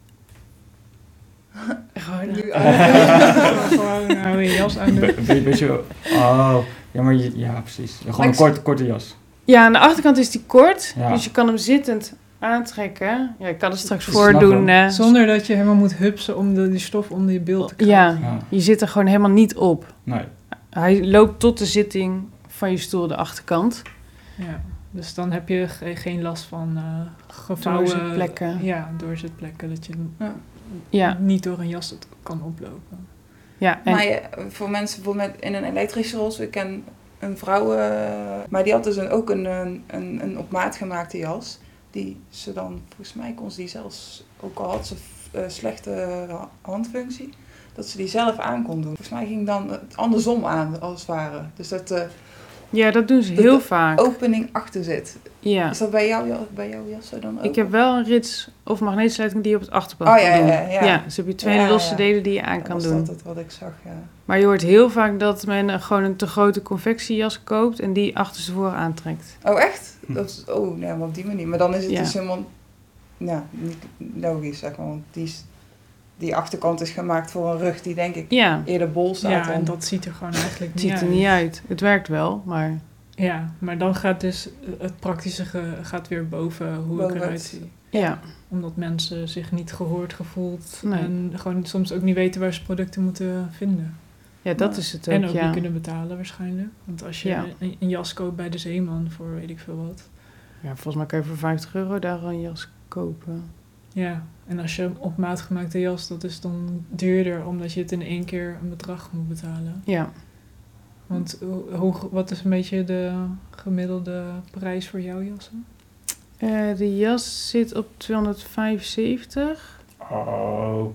[SPEAKER 3] Gewoon,
[SPEAKER 4] Gewoon nou, je jas aan
[SPEAKER 1] Be- be- beetje, oh, ja, maar je, ja, precies. Gewoon een
[SPEAKER 2] ik-
[SPEAKER 1] kort, korte jas.
[SPEAKER 3] Ja, aan de achterkant is die kort.
[SPEAKER 1] Ja.
[SPEAKER 3] Dus je kan hem zittend aantrekken. Ja, ik kan het straks
[SPEAKER 1] Ik snap
[SPEAKER 3] voordoen.
[SPEAKER 1] hem.
[SPEAKER 3] eh,
[SPEAKER 4] Zonder dat je helemaal moet hupsen om de, die stof onder je beeld te krijgen.
[SPEAKER 3] ja,
[SPEAKER 1] Ja,
[SPEAKER 3] je zit er gewoon helemaal niet op.
[SPEAKER 1] nee.
[SPEAKER 3] Hij loopt tot de zitting van je stoel, de achterkant.
[SPEAKER 4] Ja. Dus dan heb je ge- geen last van uh, gevouwen...
[SPEAKER 3] Doorzitplekken.
[SPEAKER 4] Ja, doorzitplekken. Dat je
[SPEAKER 3] Ja,
[SPEAKER 4] niet door een jas kan oplopen.
[SPEAKER 3] ja. En,
[SPEAKER 2] Maar je, voor mensen bijvoorbeeld met, in een elektrische rolstoel, ik ken een vrouw, uh, maar die had dus een, ook een, een, een, een op maat gemaakte jas. Die ze dan, volgens mij kon ze die zelfs, ook al had ze uh, slechte handfunctie, dat ze die zelf aan kon doen. Volgens mij ging dan het andersom aan, als het ware. Dus dat de
[SPEAKER 3] ja, dat doen ze
[SPEAKER 2] dat
[SPEAKER 3] heel
[SPEAKER 2] de
[SPEAKER 3] vaak.
[SPEAKER 2] opening achter zit.
[SPEAKER 3] Ja.
[SPEAKER 2] Is dat bij jou, bij jouw jas zo dan ook?
[SPEAKER 3] Ik heb wel een rits of magneetsluiting die je op het achterblad
[SPEAKER 2] Oh,
[SPEAKER 3] kan
[SPEAKER 2] ja,
[SPEAKER 3] doen.
[SPEAKER 2] ja, ja.
[SPEAKER 3] Ja, dus heb je twee
[SPEAKER 2] Ja,
[SPEAKER 3] losse
[SPEAKER 2] ja.
[SPEAKER 3] delen die je aan
[SPEAKER 2] Dat
[SPEAKER 3] kan
[SPEAKER 2] was
[SPEAKER 3] doen.
[SPEAKER 2] dat wat ik zag, ja.
[SPEAKER 3] Maar je hoort heel vaak dat men eh, gewoon een te grote convectiejas koopt en die achterstevoren aantrekt.
[SPEAKER 2] Oh, echt? Dat is, oh, nee, maar op die manier. Maar dan is het
[SPEAKER 3] Ja.
[SPEAKER 2] dus helemaal, ja, niet logisch, zeg maar. Want die, is- die achterkant is gemaakt voor een rug die, denk ik,
[SPEAKER 3] Ja,
[SPEAKER 2] eerder bol staat.
[SPEAKER 4] Ja,
[SPEAKER 2] dan-
[SPEAKER 4] en dat ziet er gewoon eigenlijk
[SPEAKER 3] het
[SPEAKER 4] niet
[SPEAKER 3] ziet
[SPEAKER 4] uit.
[SPEAKER 3] er niet uit. Het werkt wel, maar
[SPEAKER 4] Ja, maar dan gaat dus het praktische ge- gaat weer boven hoe
[SPEAKER 2] Boven
[SPEAKER 4] ik eruit
[SPEAKER 2] het-
[SPEAKER 4] zie.
[SPEAKER 3] ja.
[SPEAKER 4] Omdat mensen zich niet gehoord gevoeld
[SPEAKER 3] Nee.
[SPEAKER 4] en gewoon soms ook niet weten waar ze producten moeten vinden.
[SPEAKER 3] Ja, dat
[SPEAKER 2] Ja.
[SPEAKER 3] is het ook,
[SPEAKER 4] En ook
[SPEAKER 3] ja.
[SPEAKER 4] niet kunnen betalen waarschijnlijk. Want als je
[SPEAKER 3] Ja.
[SPEAKER 4] een, een jas koopt bij de Zeeman voor weet ik veel wat.
[SPEAKER 3] Ja, volgens mij kan je voor vijftig euro daar al een jas kopen.
[SPEAKER 4] Ja, en als je een op maat gemaakte jas, dat is dan duurder omdat je het in één keer een bedrag moet betalen.
[SPEAKER 3] Ja.
[SPEAKER 4] Want hoe, hoe- wat is een beetje de gemiddelde prijs voor jouw jassen?
[SPEAKER 3] Eh, de jas zit op tweehonderdvijfenzeventig.
[SPEAKER 1] Oh.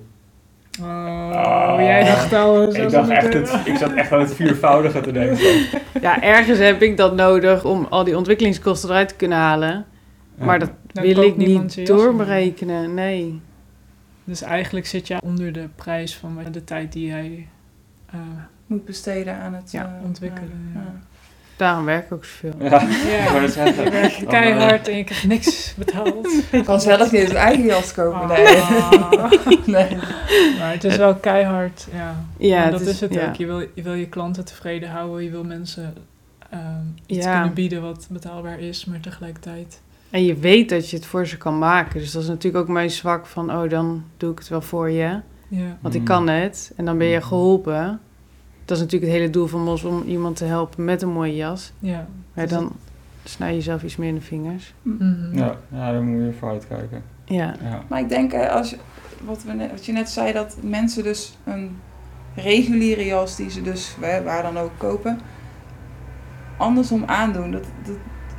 [SPEAKER 4] Oh, jij dacht al
[SPEAKER 1] Ik, dacht echt het, ik zat echt aan het viervoudige te denken.
[SPEAKER 3] Ja, ergens heb ik dat nodig om al die ontwikkelingskosten eruit te kunnen halen.
[SPEAKER 1] Ja.
[SPEAKER 3] Maar dat
[SPEAKER 4] Dan
[SPEAKER 3] wil
[SPEAKER 4] koopt
[SPEAKER 3] ik
[SPEAKER 4] niemand
[SPEAKER 3] niet
[SPEAKER 4] je jas meer.
[SPEAKER 3] doorberekenen, nee.
[SPEAKER 4] Dus eigenlijk zit je onder de prijs van wat- de tijd die jij eh,
[SPEAKER 2] moet besteden aan het
[SPEAKER 3] Ja,
[SPEAKER 2] eh,
[SPEAKER 4] ontwikkelen, ja.
[SPEAKER 3] Daarom werk ik ook zoveel.
[SPEAKER 1] Ja,
[SPEAKER 4] Ja,
[SPEAKER 1] ik wou net zeggen.
[SPEAKER 4] je werkt
[SPEAKER 1] Dan,
[SPEAKER 4] keihard en je krijgt niks betaald.
[SPEAKER 2] Ik kan zelf niet eens een eigen jas kopen,
[SPEAKER 4] Ah.
[SPEAKER 2] nee. nee.
[SPEAKER 4] Maar het is wel keihard, ja.
[SPEAKER 3] Ja,
[SPEAKER 4] Maar dat
[SPEAKER 3] het
[SPEAKER 4] is, het
[SPEAKER 3] ja.
[SPEAKER 4] ook. Je wil, je wil je klanten tevreden houden, je wil mensen ehm, iets
[SPEAKER 3] Ja.
[SPEAKER 4] kunnen bieden wat betaalbaar is, maar tegelijkertijd...
[SPEAKER 3] En je weet dat je het voor ze kan maken. Dus dat is natuurlijk ook mijn zwak van, oh, dan doe ik het wel voor je.
[SPEAKER 4] Ja.
[SPEAKER 3] Want ik
[SPEAKER 1] Mm.
[SPEAKER 3] kan het. En dan ben je
[SPEAKER 1] Mm.
[SPEAKER 3] geholpen. Dat is natuurlijk het hele doel van Mos, om iemand te helpen met een mooie jas.
[SPEAKER 4] Ja.
[SPEAKER 3] Maar
[SPEAKER 4] Dus
[SPEAKER 3] dan snij je jezelf iets meer in de vingers.
[SPEAKER 4] Mhm.
[SPEAKER 1] Ja, ja, daar moet je voor uitkijken.
[SPEAKER 3] Ja.
[SPEAKER 1] Ja.
[SPEAKER 2] Maar ik denk, eh, als je, wat, we net, wat je net zei, dat mensen dus een reguliere jas die ze dus waar, waar dan ook kopen, andersom aandoen. Dat, dat,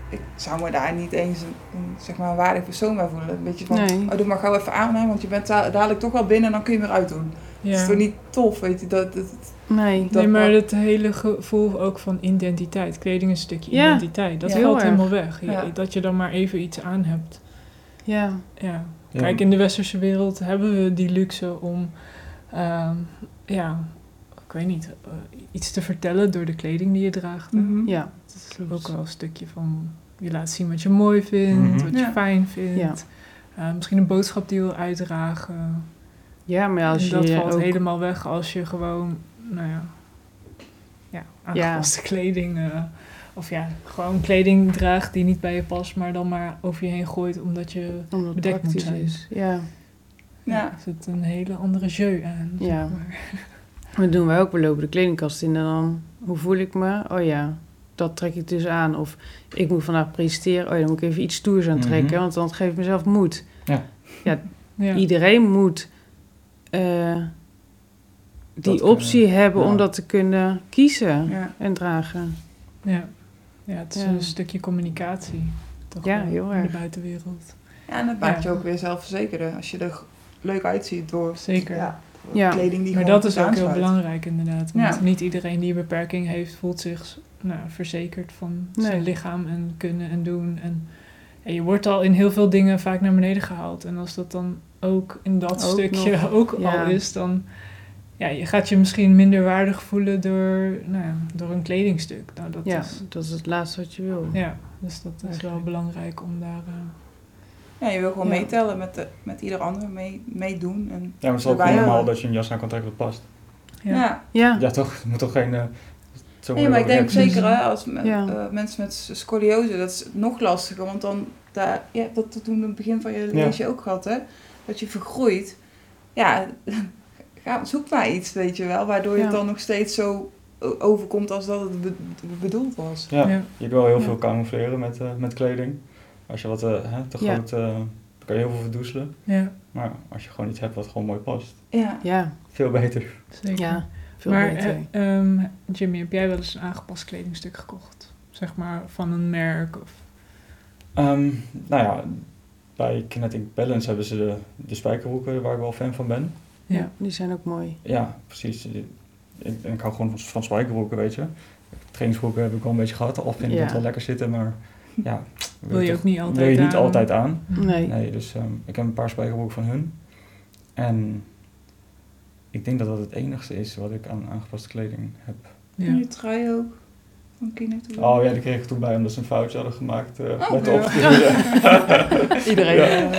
[SPEAKER 2] ik zou me daar niet eens een, een, zeg maar een waardig persoon bij voelen. Een beetje van,
[SPEAKER 3] Nee.
[SPEAKER 2] oh, doe maar gauw even aan, hè, want je bent da- dadelijk toch wel binnen en dan kun je weer uitdoen.
[SPEAKER 4] Ja.
[SPEAKER 2] Dat is toch niet tof, weet je. Dat, dat,
[SPEAKER 3] Nee.
[SPEAKER 2] dat
[SPEAKER 4] Nee, maar
[SPEAKER 2] wat-
[SPEAKER 4] het hele gevoel ook van identiteit. Kleding is een stukje
[SPEAKER 3] Ja.
[SPEAKER 4] identiteit. Dat
[SPEAKER 2] Ja.
[SPEAKER 4] valt
[SPEAKER 3] Heel erg.
[SPEAKER 4] helemaal weg. Je-
[SPEAKER 2] Ja.
[SPEAKER 4] Dat je dan maar even iets aan hebt.
[SPEAKER 3] Ja.
[SPEAKER 4] Ja.
[SPEAKER 1] Ja.
[SPEAKER 4] Kijk, in de westerse wereld hebben we die luxe om, ehm, ja, ik weet niet, uh, iets te vertellen door de kleding die je draagt. hè.
[SPEAKER 2] Mhm.
[SPEAKER 3] Ja.
[SPEAKER 4] Dat is ook wel een stukje van, je laat zien wat je mooi vindt,
[SPEAKER 1] Mhm.
[SPEAKER 4] wat je
[SPEAKER 2] Ja.
[SPEAKER 4] fijn vindt.
[SPEAKER 3] Ja.
[SPEAKER 4] Uh, misschien een boodschap die je wil uitdragen.
[SPEAKER 3] Ja, maar als
[SPEAKER 4] En
[SPEAKER 3] je
[SPEAKER 4] dat valt
[SPEAKER 3] ook...
[SPEAKER 4] helemaal weg als je gewoon, nou ja, ja aangepaste kleding, uh, of ja, gewoon kleding draagt die niet bij je past, maar dan maar over je heen gooit omdat je
[SPEAKER 3] Omdat het
[SPEAKER 4] bedekt moet
[SPEAKER 3] praktisch
[SPEAKER 4] zijn.
[SPEAKER 3] is. Ja.
[SPEAKER 4] ja.
[SPEAKER 2] Ja.
[SPEAKER 4] er zit een hele andere jeu aan. zeg
[SPEAKER 3] Ja.
[SPEAKER 4] maar.
[SPEAKER 3] Dat doen wij ook. We lopen de kledingkast in en dan... Hoe voel ik me? Oh ja, dat trek ik dus aan. Of ik moet vandaag presenteren. Oh ja, dan moet ik even iets stoers aan trekken.
[SPEAKER 1] Mhm.
[SPEAKER 3] Want dan geef ik mezelf moed.
[SPEAKER 1] Ja.
[SPEAKER 3] Ja,
[SPEAKER 4] Ja.
[SPEAKER 3] iedereen moet uh, die
[SPEAKER 1] Dat
[SPEAKER 3] optie
[SPEAKER 1] kunnen,
[SPEAKER 3] hebben
[SPEAKER 1] ja.
[SPEAKER 3] om dat te kunnen kiezen
[SPEAKER 2] Ja.
[SPEAKER 3] en dragen.
[SPEAKER 4] Ja. Ja, het is
[SPEAKER 3] Ja.
[SPEAKER 4] een stukje communicatie. Toch
[SPEAKER 3] Ja,
[SPEAKER 4] wel,
[SPEAKER 3] heel
[SPEAKER 4] in
[SPEAKER 3] erg.
[SPEAKER 4] de buitenwereld.
[SPEAKER 2] Ja, en dat maakt
[SPEAKER 4] Ja.
[SPEAKER 2] je ook weer zelfverzekerder. Als je er g- leuk uitziet door
[SPEAKER 4] Zeker.
[SPEAKER 2] ja, door
[SPEAKER 3] Ja.
[SPEAKER 2] kleding die
[SPEAKER 4] Maar
[SPEAKER 2] gewoon
[SPEAKER 4] dat is
[SPEAKER 2] goed
[SPEAKER 4] ook heel
[SPEAKER 2] aansluit.
[SPEAKER 4] belangrijk inderdaad. Want
[SPEAKER 2] Ja.
[SPEAKER 4] niet iedereen die een beperking heeft voelt zich nou, verzekerd van
[SPEAKER 3] Nee.
[SPEAKER 4] zijn lichaam en kunnen en doen. En, en je wordt al in heel veel dingen vaak naar beneden gehaald. En als dat dan ook in dat
[SPEAKER 3] Ook
[SPEAKER 4] stukje
[SPEAKER 3] nog,
[SPEAKER 4] ook
[SPEAKER 3] ja.
[SPEAKER 4] al is, dan ja, je gaat je misschien minder waardig voelen door, nou ja, door een kledingstuk. Nou, dat
[SPEAKER 3] Ja,
[SPEAKER 4] is,
[SPEAKER 3] dat is het laatste wat je wil.
[SPEAKER 4] ja, dus dat is wel
[SPEAKER 3] Eigenlijk.
[SPEAKER 4] belangrijk om daar... uh,
[SPEAKER 2] Ja, je wil gewoon
[SPEAKER 3] Ja.
[SPEAKER 2] meetellen met, de, met ieder andere, mee, meedoen. En
[SPEAKER 1] Ja, maar het is ook
[SPEAKER 2] erbij
[SPEAKER 1] gewoon normaal
[SPEAKER 2] houden.
[SPEAKER 1] dat je een jas aan kan trekken dat past.
[SPEAKER 2] Ja.
[SPEAKER 3] Ja,
[SPEAKER 1] Ja, toch? Het moet toch geen... Uh, zo
[SPEAKER 2] Nee, maar ik denk zeker hè, als me-
[SPEAKER 3] Ja.
[SPEAKER 2] eh, mensen met scoliose, dat is nog lastiger. Want dan, daar, ja, dat dat toen in het begin van je
[SPEAKER 1] Ja.
[SPEAKER 2] leesje ook gehad, hè. Dat je vergroeit. Ja, ga, zoek maar iets, weet je wel. Waardoor je
[SPEAKER 3] Ja.
[SPEAKER 2] het dan nog steeds zo o- overkomt als dat het be- bedoeld was.
[SPEAKER 1] Ja,
[SPEAKER 4] Ja.
[SPEAKER 1] je kan wel heel
[SPEAKER 3] Ja.
[SPEAKER 1] veel camoufleren met, uh, met kleding. Als je wat uh, hè, te
[SPEAKER 3] Ja.
[SPEAKER 1] groot... Uh, dan kan je heel veel verdoezelen.
[SPEAKER 4] ja,
[SPEAKER 1] Maar als je gewoon iets hebt wat gewoon mooi past,
[SPEAKER 2] Ja.
[SPEAKER 3] ja,
[SPEAKER 1] veel beter.
[SPEAKER 4] zeker.
[SPEAKER 3] ja, veel
[SPEAKER 4] maar
[SPEAKER 3] beter.
[SPEAKER 4] eh, um, Jimmy, heb jij wel eens een aangepast kledingstuk gekocht? Zeg maar van een merk of...
[SPEAKER 1] Um, nou ja, bij Kinetic Balance hebben ze de, de spijkerbroeken waar ik wel fan van ben.
[SPEAKER 3] ja.
[SPEAKER 4] Ja.
[SPEAKER 3] Die zijn ook mooi.
[SPEAKER 1] Ja, precies. Ik, ik hou gewoon van, van spijkerbroeken, weet je. Trainingsbroeken heb ik wel een beetje gehad, of vind ik
[SPEAKER 3] Ja.
[SPEAKER 1] dat wel lekker zitten, maar ja.
[SPEAKER 4] Wil je
[SPEAKER 1] toch-
[SPEAKER 4] ook niet altijd
[SPEAKER 1] Wil je niet
[SPEAKER 4] aan.
[SPEAKER 1] altijd aan.
[SPEAKER 3] Nee.
[SPEAKER 1] Nee, dus um, ik heb een paar spijkerbroeken van hun. En ik denk dat dat het enigste is wat ik aan aangepaste kleding heb.
[SPEAKER 2] En
[SPEAKER 4] Ja.
[SPEAKER 2] je trui ook. Van Kinetic.
[SPEAKER 1] Oh ja, die kreeg ik toen bij omdat ze een foutje hadden gemaakt uh,
[SPEAKER 2] Oh,
[SPEAKER 1] met de
[SPEAKER 2] ja.
[SPEAKER 1] opsturen.
[SPEAKER 3] Iedereen.
[SPEAKER 1] Ja.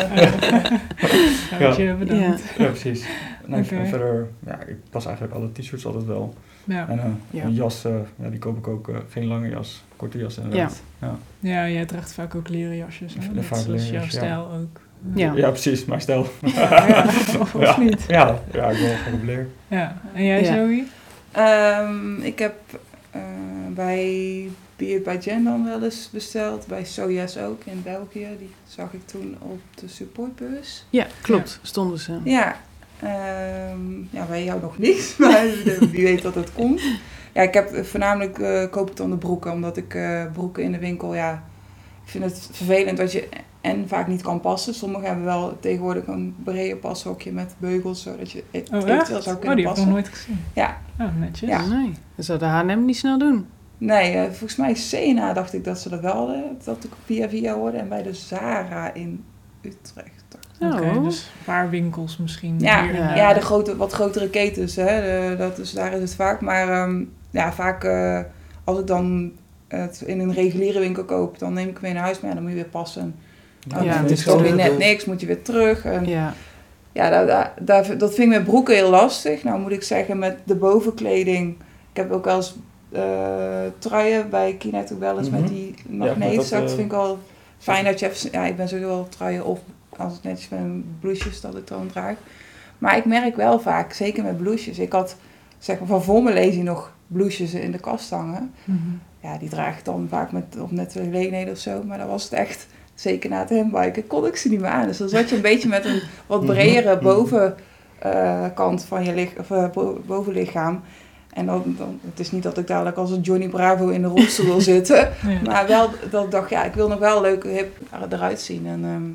[SPEAKER 3] eh,
[SPEAKER 4] Dank je, bedankt.
[SPEAKER 1] Ja, precies. Nee,
[SPEAKER 4] Oké.
[SPEAKER 1] en verder, ja, ik pas eigenlijk alle t-shirts altijd wel.
[SPEAKER 4] Ja.
[SPEAKER 1] En uh,
[SPEAKER 3] Ja.
[SPEAKER 1] een jas, uh, ja, die koop ik ook, uh, geen lange jas, korte jas inderdaad. Ja.
[SPEAKER 4] Ja, jij draagt vaak ook leren jasjes. Hè?
[SPEAKER 1] Ja,
[SPEAKER 4] Dat
[SPEAKER 1] vaak
[SPEAKER 4] is
[SPEAKER 1] leren
[SPEAKER 4] jouw
[SPEAKER 1] jas, ja.
[SPEAKER 4] stijl ook.
[SPEAKER 3] Ja.
[SPEAKER 1] Ja, precies, mijn stijl.
[SPEAKER 4] Ja, of
[SPEAKER 1] Ja.
[SPEAKER 4] niet?
[SPEAKER 1] Ja, ja, ik ben wel gek op leer.
[SPEAKER 4] Ja. En jij,
[SPEAKER 3] Ja.
[SPEAKER 4] Zoe?
[SPEAKER 2] Ehm, ik heb uh, bij Be It By Jen dan wel eens besteld. Bij So Yes ook in België. Die zag ik toen op de supportbus.
[SPEAKER 3] Ja, klopt. Stonden ze.
[SPEAKER 2] Ja, ehm, ja, bij jou nog niet. Maar wie weet dat het komt. Ja, ik heb voornamelijk uh, koop ik dan de broeken. Omdat ik uh, broeken in de winkel, ja... Ik vind het vervelend dat je en vaak niet kan passen. Sommigen hebben wel tegenwoordig een brede pashokje met beugels. Zodat je e-
[SPEAKER 4] Oh,
[SPEAKER 2] eventueel
[SPEAKER 4] echt?
[SPEAKER 2] zou
[SPEAKER 4] Oh,
[SPEAKER 2] kunnen
[SPEAKER 4] die heb ik
[SPEAKER 2] passen.
[SPEAKER 4] nog nooit gezien.
[SPEAKER 2] Ja.
[SPEAKER 4] Oh, netjes.
[SPEAKER 2] Ja.
[SPEAKER 3] Nee, dat zou de H en M niet snel doen.
[SPEAKER 2] Nee, uh, volgens mij C en A dacht ik dat ze dat wel hadden. Dat ik via via hoorde. En bij de Zara in Utrecht.
[SPEAKER 4] Oké,
[SPEAKER 3] Oh.
[SPEAKER 4] dus een paar winkels misschien.
[SPEAKER 2] Ja,
[SPEAKER 4] hier en
[SPEAKER 3] ja.
[SPEAKER 4] daar.
[SPEAKER 2] ja, de grote, wat grotere ketens. Hè, de, dat is, daar is het vaak. Maar um, ja, vaak uh, als ik dan het in een reguliere winkel koop, dan neem ik hem mee naar huis. Maar ja, dan moet je weer passen. Dan
[SPEAKER 3] Ja,
[SPEAKER 2] ja,
[SPEAKER 3] het
[SPEAKER 2] is
[SPEAKER 3] is
[SPEAKER 2] toch
[SPEAKER 3] wel
[SPEAKER 2] weer net
[SPEAKER 1] heel-
[SPEAKER 2] niks. Moet je weer terug. En, ja,
[SPEAKER 3] Ja,
[SPEAKER 2] daar, daar, daar, dat vind ik met broeken heel lastig. Nou moet ik zeggen, met de bovenkleding. Ik heb ook wel eens uh, truien bij Kinetic wel eens
[SPEAKER 1] Mhm.
[SPEAKER 2] met die
[SPEAKER 1] Ja,
[SPEAKER 2] magneet.
[SPEAKER 1] dat,
[SPEAKER 2] dat
[SPEAKER 1] uh,
[SPEAKER 2] vind ik wel fijn dat je even... Ja, ik ben sowieso wel truien of als het netjes met blouses dat ik dan draag. Maar ik merk wel vaak, zeker met blouses. Ik had zeg maar van voor mijn lezing nog blouses in de kast hangen.
[SPEAKER 4] Mm-hmm.
[SPEAKER 2] Ja, die draag ik dan vaak met, op nette gelegenheden of zo. Maar dan was het echt, zeker na het handbiken, kon ik ze niet meer aan. Dus dan zat je een beetje met een wat bredere
[SPEAKER 1] Mhm.
[SPEAKER 2] bovenkant uh, van je lich, of, uh, bo- bovenlichaam. En dan, dan, het is niet dat ik dadelijk als een Johnny Bravo in de rolstoel wil zitten.
[SPEAKER 4] Ja.
[SPEAKER 2] Maar wel dat ik dacht, ja, ik wil nog wel leuk hip eruit zien. En, um,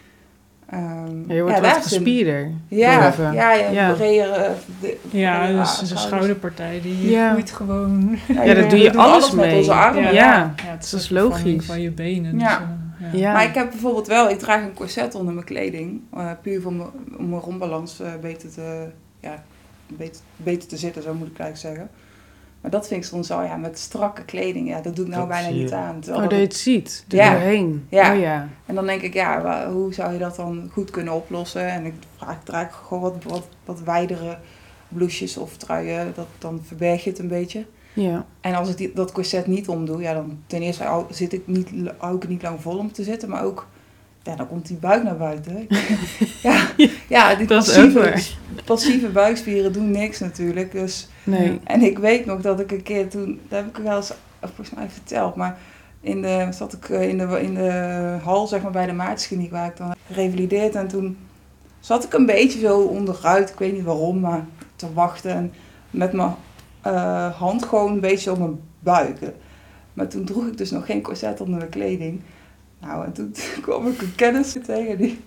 [SPEAKER 2] um,
[SPEAKER 3] Ja, je wordt
[SPEAKER 2] ja,
[SPEAKER 3] wat
[SPEAKER 2] daar is een-
[SPEAKER 3] gespierder.
[SPEAKER 2] Ja,
[SPEAKER 3] boven.
[SPEAKER 2] ja, ja,
[SPEAKER 3] Ja.
[SPEAKER 2] breder, de,
[SPEAKER 4] Ja,
[SPEAKER 2] breder
[SPEAKER 4] dus de
[SPEAKER 2] schouders.
[SPEAKER 4] schouderpartij die
[SPEAKER 3] Ja.
[SPEAKER 4] groeit gewoon.
[SPEAKER 2] Ja,
[SPEAKER 3] Ja, dat doe
[SPEAKER 2] we
[SPEAKER 3] je
[SPEAKER 2] doen
[SPEAKER 3] alles
[SPEAKER 2] met
[SPEAKER 3] mee.
[SPEAKER 2] onze armen.
[SPEAKER 3] Ja.
[SPEAKER 2] Ja.
[SPEAKER 4] Ja, het is,
[SPEAKER 3] Dat is
[SPEAKER 4] ook de vorming
[SPEAKER 3] logisch.
[SPEAKER 4] van je benen.
[SPEAKER 2] Ja.
[SPEAKER 4] Dus, uh, ja.
[SPEAKER 3] Ja.
[SPEAKER 2] Maar ik heb bijvoorbeeld wel, ik draag een corset onder mijn kleding. Uh, puur voor mijn, om mijn rondbalans uh, beter, te, ja, beter, beter te zitten, zo moet ik eigenlijk zeggen. Maar dat vind ik soms al, ja, met strakke kleding, ja, dat doe ik nou
[SPEAKER 1] Dat
[SPEAKER 2] bijna
[SPEAKER 1] zie je.
[SPEAKER 2] niet aan. Terwijl
[SPEAKER 3] Oh,
[SPEAKER 2] dat-
[SPEAKER 3] dat je het ziet. Er
[SPEAKER 2] Ja.
[SPEAKER 3] doorheen.
[SPEAKER 2] Ja.
[SPEAKER 3] Oh ja.
[SPEAKER 2] En dan denk ik, ja, wa- hoe zou je dat dan goed kunnen oplossen? En ik vraag, ik draag gewoon wat, wat, wat wijdere blouses of truien, dat, dan verberg je het een beetje.
[SPEAKER 3] Ja.
[SPEAKER 2] En als ik die, dat corset niet omdoe, ja, dan ten eerste hou, zit ik niet, hou ik het niet lang vol om te zitten, maar ook, ja, dan komt die buik naar buiten. ja, ja, die
[SPEAKER 3] Dat is ook
[SPEAKER 2] passieve,
[SPEAKER 3] waar.
[SPEAKER 2] passieve buikspieren doen niks natuurlijk. Dus,
[SPEAKER 3] Nee.
[SPEAKER 2] en ik weet nog dat ik een keer toen, dat heb ik wel eens volgens mij verteld, maar in de, zat ik in de, in de hal, zeg maar, bij de Maartenskliniek waar ik dan revalideerd en toen zat ik een beetje zo onderuit, ik weet niet waarom, maar te wachten en met mijn uh, hand gewoon een beetje op mijn buik. Maar toen droeg ik dus nog geen corset onder mijn kleding. Nou, en toen kwam ik een kennis tegen die,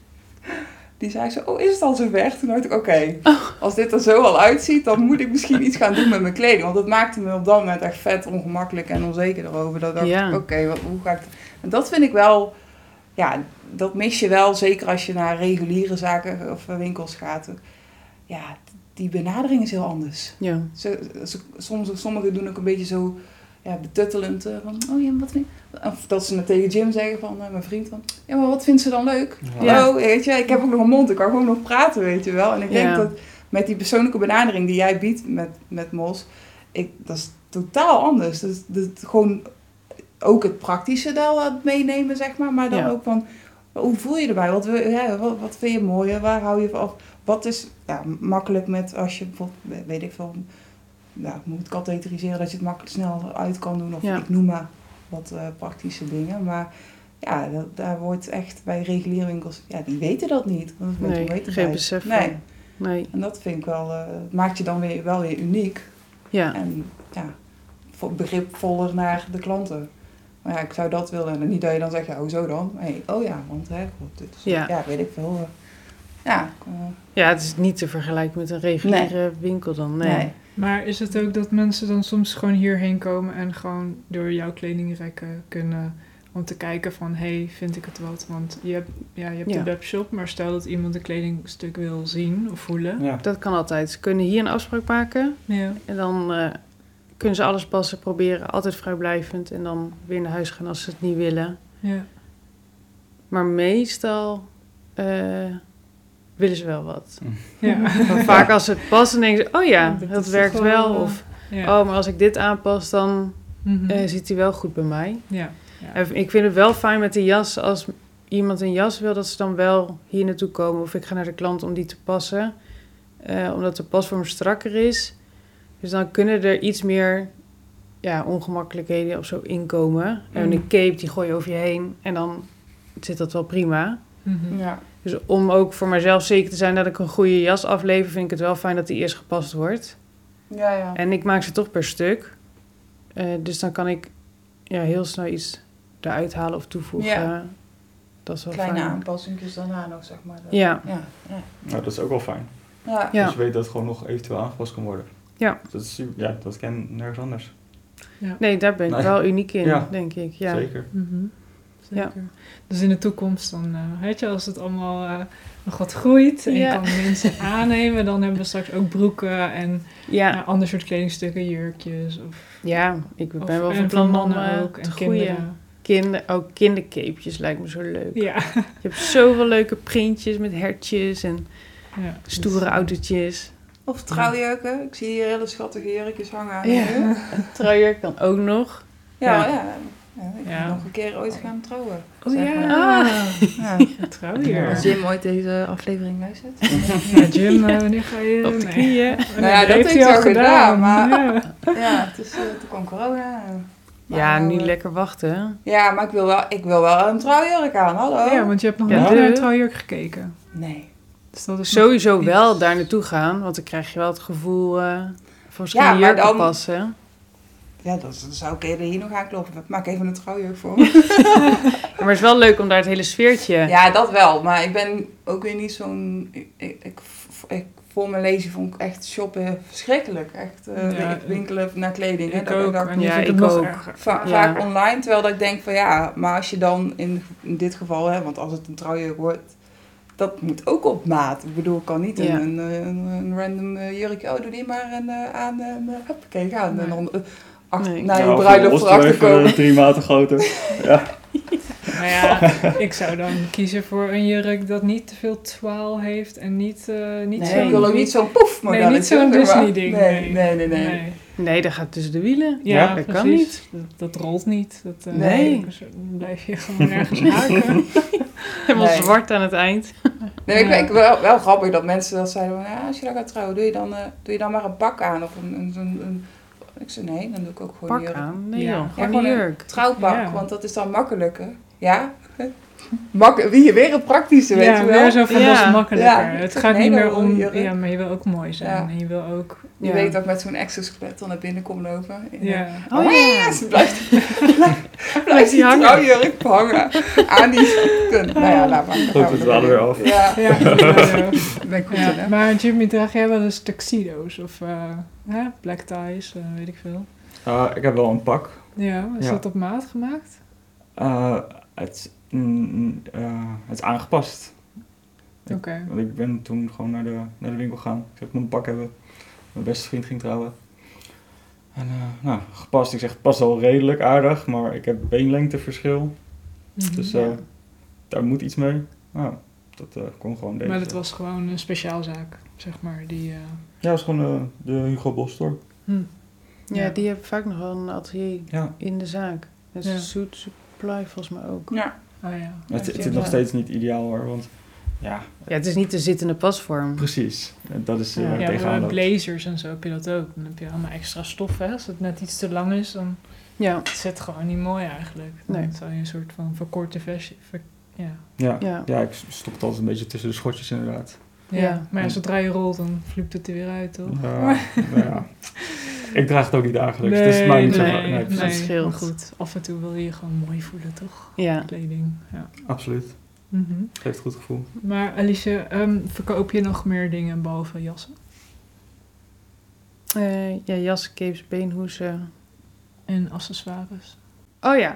[SPEAKER 2] die zei zo, oh, is het al zo weg? Toen dacht ik, oké, okay, oh. als dit er zo al uitziet, dan moet ik misschien iets gaan doen met mijn kleding. Want dat maakte me op dat moment echt vet ongemakkelijk en onzeker erover. Dat dacht
[SPEAKER 3] Ja.
[SPEAKER 2] ik, oké, okay, hoe ga ik... En dat vind ik wel, ja, dat mis je wel, zeker als je naar reguliere zaken of winkels gaat. Ja, die benadering is heel anders.
[SPEAKER 3] Ja.
[SPEAKER 2] Ze, ze, soms, sommigen doen ook een beetje zo, ja, betuttelend, uh, van, oh ja, wat vind je? Of dat ze het tegen Jim zeggen van, uh, mijn vriend, van, ja, maar wat vindt ze dan leuk?
[SPEAKER 3] Ja.
[SPEAKER 2] Hallo, weet je, ik heb ook nog een mond, ik kan gewoon nog praten, weet je wel. En ik denk
[SPEAKER 3] Ja.
[SPEAKER 2] dat met die persoonlijke benadering die jij biedt met, met Mos, ik, dat is totaal anders. Dus, dat, gewoon ook het praktische daar wat meenemen, zeg maar, maar dan
[SPEAKER 3] Ja.
[SPEAKER 2] ook van, hoe voel je erbij? Wat, wil, ja, wat, wat vind je mooi? Waar hou je van? Of wat is ja, makkelijk met als je bijvoorbeeld, weet ik veel, ja, moet katheteriseren, dat je het makkelijk snel uit kan doen. Of
[SPEAKER 3] Ja.
[SPEAKER 2] ik noem maar wat uh, praktische dingen. Maar ja, dat, daar wordt echt bij reguliere winkels, ja, die weten dat niet. Dat is met
[SPEAKER 3] Nee,
[SPEAKER 2] weten
[SPEAKER 3] geen
[SPEAKER 2] bij.
[SPEAKER 3] besef
[SPEAKER 2] Nee.
[SPEAKER 3] van. Nee.
[SPEAKER 2] En dat vind ik wel, uh, maakt je dan weer, wel weer uniek.
[SPEAKER 3] Ja.
[SPEAKER 2] En ja, begripvoller naar de klanten. Maar ja, ik zou dat willen. En niet dat je dan zegt, ja, hoezo dan? Nee, oh ja, want hè, goed, dit is,
[SPEAKER 3] Ja.
[SPEAKER 2] ja. weet ik veel. Uh, ja, uh,
[SPEAKER 3] Ja, het is niet te vergelijken met een reguliere winkel dan. Nee.
[SPEAKER 2] nee.
[SPEAKER 4] Maar is het ook dat mensen dan soms gewoon hierheen komen en gewoon door jouw kledingrekken kunnen om te kijken van, hey, vind ik het wat? Want je hebt, ja, je hebt
[SPEAKER 3] Ja.
[SPEAKER 4] de webshop, maar stel dat iemand een kledingstuk wil zien of voelen.
[SPEAKER 1] Ja.
[SPEAKER 3] Dat kan altijd. Ze kunnen hier een afspraak maken
[SPEAKER 4] Ja.
[SPEAKER 3] en dan uh, kunnen ze alles passen, proberen, altijd vrijblijvend en dan weer naar huis gaan als ze het niet willen.
[SPEAKER 4] Ja.
[SPEAKER 3] Maar meestal uh, willen ze wel wat.
[SPEAKER 4] Ja.
[SPEAKER 3] Maar vaak als het past, dan denken ze, oh ja,
[SPEAKER 4] Dat
[SPEAKER 3] dat,
[SPEAKER 4] is
[SPEAKER 3] werkt
[SPEAKER 4] toch
[SPEAKER 3] wel.
[SPEAKER 4] wel, uh,
[SPEAKER 3] Of,
[SPEAKER 4] Ja.
[SPEAKER 3] oh, maar als ik dit aanpas, dan
[SPEAKER 4] Mhm.
[SPEAKER 3] uh, zit hij wel goed bij mij.
[SPEAKER 4] Ja. Ja.
[SPEAKER 3] En ik vind het wel fijn met de jas, als iemand een jas wil, dat ze dan wel hier naartoe komen. Of ik ga naar de klant om die te passen. Uh, omdat de pasvorm strakker is. Dus dan kunnen er iets meer ja, ongemakkelijkheden of zo inkomen.
[SPEAKER 4] Mm.
[SPEAKER 3] En een cape, die gooi je over je heen. En dan zit dat wel prima.
[SPEAKER 4] Mhm.
[SPEAKER 2] Ja.
[SPEAKER 3] Dus om ook voor mezelf zeker te zijn dat ik een goede jas aflever, vind ik het wel fijn dat die eerst gepast wordt.
[SPEAKER 2] Ja, ja.
[SPEAKER 3] En ik maak ze toch per stuk. Uh, dus dan kan ik ja, heel snel iets eruit halen of toevoegen.
[SPEAKER 2] Ja.
[SPEAKER 3] Dat is wel
[SPEAKER 2] Kleine
[SPEAKER 3] fijn.
[SPEAKER 2] aanpassingjes daarna nog, zeg maar.
[SPEAKER 3] Ja.
[SPEAKER 2] Ja. Ja.
[SPEAKER 1] Nou, dat is ook wel fijn.
[SPEAKER 2] Ja.
[SPEAKER 3] Ja.
[SPEAKER 1] Dus je weet dat het gewoon nog eventueel aangepast kan worden.
[SPEAKER 3] Ja.
[SPEAKER 1] Dat is super, ja, dat ken nergens anders.
[SPEAKER 4] Ja.
[SPEAKER 3] Nee, daar ben ik
[SPEAKER 1] Nee.
[SPEAKER 3] wel uniek in,
[SPEAKER 1] Ja.
[SPEAKER 3] denk ik. Ja.
[SPEAKER 1] Zeker.
[SPEAKER 4] Mhm. Zeker.
[SPEAKER 3] Ja.
[SPEAKER 4] Dus in de toekomst dan, uh, weet je, als het allemaal uh, nog wat groeit en
[SPEAKER 3] Ja.
[SPEAKER 4] je kan mensen aannemen, dan hebben we straks ook broeken en
[SPEAKER 3] Ja.
[SPEAKER 4] uh, ander soort kledingstukken, jurkjes of,
[SPEAKER 3] ja, ik ben
[SPEAKER 4] of
[SPEAKER 3] wel
[SPEAKER 4] en
[SPEAKER 3] van plan om
[SPEAKER 4] mannen
[SPEAKER 3] uh,
[SPEAKER 4] ook en
[SPEAKER 3] te groeien.
[SPEAKER 4] kinderen.
[SPEAKER 3] Kinder, ook kindercapejes lijkt me zo leuk.
[SPEAKER 4] Ja.
[SPEAKER 3] Je hebt zoveel leuke printjes met hertjes en
[SPEAKER 4] Ja.
[SPEAKER 3] stoere
[SPEAKER 4] Dus,
[SPEAKER 3] autootjes.
[SPEAKER 2] Of trouwjurken. Ik zie hier hele schattige jurkjes hangen aan de
[SPEAKER 3] Ja.
[SPEAKER 2] muur.
[SPEAKER 3] Een truier kan ook nog.
[SPEAKER 2] Ja,
[SPEAKER 3] Ja.
[SPEAKER 2] ja. ja. Ik
[SPEAKER 4] Ja.
[SPEAKER 2] moet nog een keer ooit gaan trouwen.
[SPEAKER 4] Oh
[SPEAKER 2] zeg
[SPEAKER 4] ja,
[SPEAKER 2] maar.
[SPEAKER 3] Ah.
[SPEAKER 2] Ja.
[SPEAKER 4] een trouwjurk.
[SPEAKER 1] Ja.
[SPEAKER 2] Als Jim ooit deze aflevering luistert.
[SPEAKER 4] Ja, Jim, uh, wanneer ga je...
[SPEAKER 3] Op de
[SPEAKER 4] nee.
[SPEAKER 3] knieën.
[SPEAKER 4] Oh, nee,
[SPEAKER 2] Nou ja, dat
[SPEAKER 4] heeft
[SPEAKER 2] heeft
[SPEAKER 4] hij
[SPEAKER 2] hij al gedaan, maar-
[SPEAKER 4] Ja.
[SPEAKER 2] Ja, het is, uh, toen kwam corona. Maar,
[SPEAKER 3] Ja, nu
[SPEAKER 2] uh,
[SPEAKER 3] lekker wachten.
[SPEAKER 2] Ja, maar ik wil wel, ik wil wel een trouwjurk aan, hallo.
[SPEAKER 4] ja, want je hebt nog
[SPEAKER 3] Ja,
[SPEAKER 4] niet
[SPEAKER 3] de-
[SPEAKER 4] naar een trouwjurk gekeken.
[SPEAKER 2] Nee.
[SPEAKER 4] Dus dat is nog
[SPEAKER 3] Sowieso
[SPEAKER 4] iets-
[SPEAKER 3] wel daar naartoe gaan, want dan krijg je wel het gevoel uh, Volgens
[SPEAKER 2] Ja,
[SPEAKER 3] mij
[SPEAKER 2] maar
[SPEAKER 3] jurken
[SPEAKER 2] dan-
[SPEAKER 3] passen.
[SPEAKER 2] Ja, dan zou ik eerder hier nog aankloppen. Maak even een trouwjurk voor me.
[SPEAKER 3] Maar het is wel leuk om daar het hele sfeertje...
[SPEAKER 2] Ja, dat wel. Maar ik ben ook weer niet zo'n... Ik, ik, ik, ik voor mijn lezen vond ik echt shoppen verschrikkelijk. Echt uh,
[SPEAKER 4] Ja,
[SPEAKER 2] winkelen naar kleding. Hè.
[SPEAKER 4] Ik
[SPEAKER 2] Dat
[SPEAKER 4] ook.
[SPEAKER 2] dacht,
[SPEAKER 4] En
[SPEAKER 3] Ja,
[SPEAKER 4] ja, ik
[SPEAKER 3] ik
[SPEAKER 4] nog
[SPEAKER 3] ook.
[SPEAKER 4] erger.
[SPEAKER 2] va-
[SPEAKER 3] Ja.
[SPEAKER 2] vaak online. Terwijl dat ik denk van ja, maar als je dan in, in dit geval... Hè, want als het een trouwjurk wordt... Dat moet ook op maat. Ik bedoel, ik kan niet
[SPEAKER 3] Ja.
[SPEAKER 2] een, een, een, een random uh, jurkje... Oh, doe die maar en, uh, aan en uh, hoppakee, gaan.
[SPEAKER 4] Nee.
[SPEAKER 2] En dan uh, ach,
[SPEAKER 3] Nee.
[SPEAKER 2] naar
[SPEAKER 1] Ja,
[SPEAKER 2] je
[SPEAKER 1] of
[SPEAKER 2] bruiloft
[SPEAKER 1] los
[SPEAKER 2] erachter
[SPEAKER 1] even
[SPEAKER 2] komen.
[SPEAKER 1] drie maten groter. Ja.
[SPEAKER 4] Maar ja, ik zou dan kiezen voor een jurk dat niet te veel twaal heeft en niet, uh, niet
[SPEAKER 2] Nee,
[SPEAKER 4] zo'n...
[SPEAKER 2] ik wil ook niet zo'n poef
[SPEAKER 4] Nee, niet zo'n Disney-ding.
[SPEAKER 2] Nee, nee, nee. nee.
[SPEAKER 4] Nee.
[SPEAKER 3] Nee, dat gaat tussen de wielen.
[SPEAKER 4] Ja,
[SPEAKER 1] Ja,
[SPEAKER 3] dat
[SPEAKER 4] precies.
[SPEAKER 3] kan niet.
[SPEAKER 4] Dat, dat rolt niet. Dat, uh,
[SPEAKER 3] Nee.
[SPEAKER 4] Dan blijf je gewoon ergens haken.
[SPEAKER 3] Helemaal
[SPEAKER 2] Nee.
[SPEAKER 3] zwart aan het eind.
[SPEAKER 2] Nee, ik,
[SPEAKER 4] Ja.
[SPEAKER 2] ik wel, wel grappig dat mensen dat zeiden van, ja, als je dan gaat trouwen, doe je dan, uh, doe je dan maar een pak aan of een, een, een, een ik zei nee, dan doe ik ook gewoon
[SPEAKER 3] Pak
[SPEAKER 2] een jurk.
[SPEAKER 3] aan. Nee
[SPEAKER 4] Ja.
[SPEAKER 3] joh,
[SPEAKER 4] Ja,
[SPEAKER 3] gewoon
[SPEAKER 2] gewoon
[SPEAKER 3] een
[SPEAKER 2] een-
[SPEAKER 3] jurk.
[SPEAKER 2] Trouwpak,
[SPEAKER 4] Ja.
[SPEAKER 2] want dat is dan makkelijker. Ja? Mak wie weer een praktische, weet
[SPEAKER 4] Ja,
[SPEAKER 2] je wel.
[SPEAKER 4] weer zo van
[SPEAKER 3] Ja.
[SPEAKER 4] dat is makkelijker.
[SPEAKER 2] Ja.
[SPEAKER 4] Het
[SPEAKER 2] Nee,
[SPEAKER 4] gaat niet
[SPEAKER 2] dan
[SPEAKER 4] meer
[SPEAKER 2] wil
[SPEAKER 4] om...
[SPEAKER 2] je jurk.
[SPEAKER 4] Ja, maar je wil ook mooi zijn.
[SPEAKER 2] Ja.
[SPEAKER 4] En je wil ook...
[SPEAKER 2] Je
[SPEAKER 3] Ja.
[SPEAKER 2] weet dat ik met zo'n exoskeleton dan naar binnen kom lopen.
[SPEAKER 4] Ja.
[SPEAKER 3] Oh ja.
[SPEAKER 2] Ze blijft, blijft, blijft die
[SPEAKER 3] die hangen.
[SPEAKER 2] trouwjurk hangen aan die punt. Nou ja, laat maar. Dan gaan
[SPEAKER 1] Goed, het
[SPEAKER 2] we
[SPEAKER 1] waren
[SPEAKER 2] weer.
[SPEAKER 1] weer af.
[SPEAKER 2] Ja,
[SPEAKER 4] Ja, ja,
[SPEAKER 2] ben ik goed
[SPEAKER 4] ja.
[SPEAKER 2] in, hè?
[SPEAKER 4] Maar Jimmy, draag jij wel eens tuxedo's of uh, hè? black ties, uh, weet ik veel.
[SPEAKER 1] Uh, ik heb wel een pak.
[SPEAKER 4] Ja, is
[SPEAKER 1] Ja.
[SPEAKER 4] dat op maat gemaakt?
[SPEAKER 1] Uh, het, mm, uh, het is aangepast.
[SPEAKER 4] Oké.
[SPEAKER 1] Okay. Want ik ben toen gewoon naar de, naar de winkel gegaan. Ik zeg, ik moet een pak hebben. Mijn beste vriend ging trouwen. En uh, nou, gepast. Ik zeg, het past al redelijk aardig, maar ik heb beenlengteverschil.
[SPEAKER 4] Mm-hmm.
[SPEAKER 1] Dus uh, daar moet iets mee. Nou, dat uh, kon gewoon deze.
[SPEAKER 4] Maar dat was gewoon een speciaalzaak, zeg maar. Die, uh...
[SPEAKER 1] Ja, dat was gewoon uh, de Hugo Boss store.
[SPEAKER 4] hm.
[SPEAKER 3] Ja,
[SPEAKER 4] Ja.
[SPEAKER 3] die hebben vaak nog wel een atelier
[SPEAKER 1] Ja.
[SPEAKER 3] in de zaak. Dat is
[SPEAKER 4] Ja.
[SPEAKER 3] een Suit Supply volgens mij ook.
[SPEAKER 2] Ja.
[SPEAKER 4] Oh ja.
[SPEAKER 1] Het, het
[SPEAKER 3] Ja.
[SPEAKER 1] is nog steeds niet ideaal hoor, want ja,
[SPEAKER 3] Ja, het is niet de zittende pasvorm.
[SPEAKER 1] precies. Dat is uh,
[SPEAKER 3] Ja.
[SPEAKER 4] Ja,
[SPEAKER 1] tegenaan
[SPEAKER 4] bij
[SPEAKER 1] loopt.
[SPEAKER 4] blazers en zo heb je dat ook. Dan heb je allemaal extra stof, hè. Als het net iets te lang is, dan
[SPEAKER 3] Ja,
[SPEAKER 4] is het gewoon niet mooi eigenlijk. Dan
[SPEAKER 3] Nee.
[SPEAKER 4] zou je een soort van verkorte versie... Ver, ja.
[SPEAKER 1] Ja.
[SPEAKER 3] ja.
[SPEAKER 1] ja, ik stop het altijd een beetje tussen de schotjes inderdaad.
[SPEAKER 4] Ja.
[SPEAKER 3] Ja.
[SPEAKER 4] Maar ja, zodra je rolt, dan vloept het er weer uit, toch?
[SPEAKER 1] Ja, nou ja. Ik draag het ook niet dagelijks,
[SPEAKER 4] Nee,
[SPEAKER 1] dus het maakt niet zo
[SPEAKER 3] nee,
[SPEAKER 1] vaak. Nee,
[SPEAKER 4] nee,
[SPEAKER 1] precies.
[SPEAKER 3] dat scheelt.
[SPEAKER 4] maar goed. Af en toe wil je je gewoon mooi voelen, toch?
[SPEAKER 3] Ja.
[SPEAKER 4] Kleding, ja.
[SPEAKER 1] Absoluut.
[SPEAKER 4] Mhm.
[SPEAKER 1] Geeft een goed gevoel.
[SPEAKER 4] Maar Alice, um, verkoop je nog meer dingen behalve jassen?
[SPEAKER 3] Uh, ja, jassen, capes, beenhoezen.
[SPEAKER 4] En accessoires?
[SPEAKER 3] Oh ja.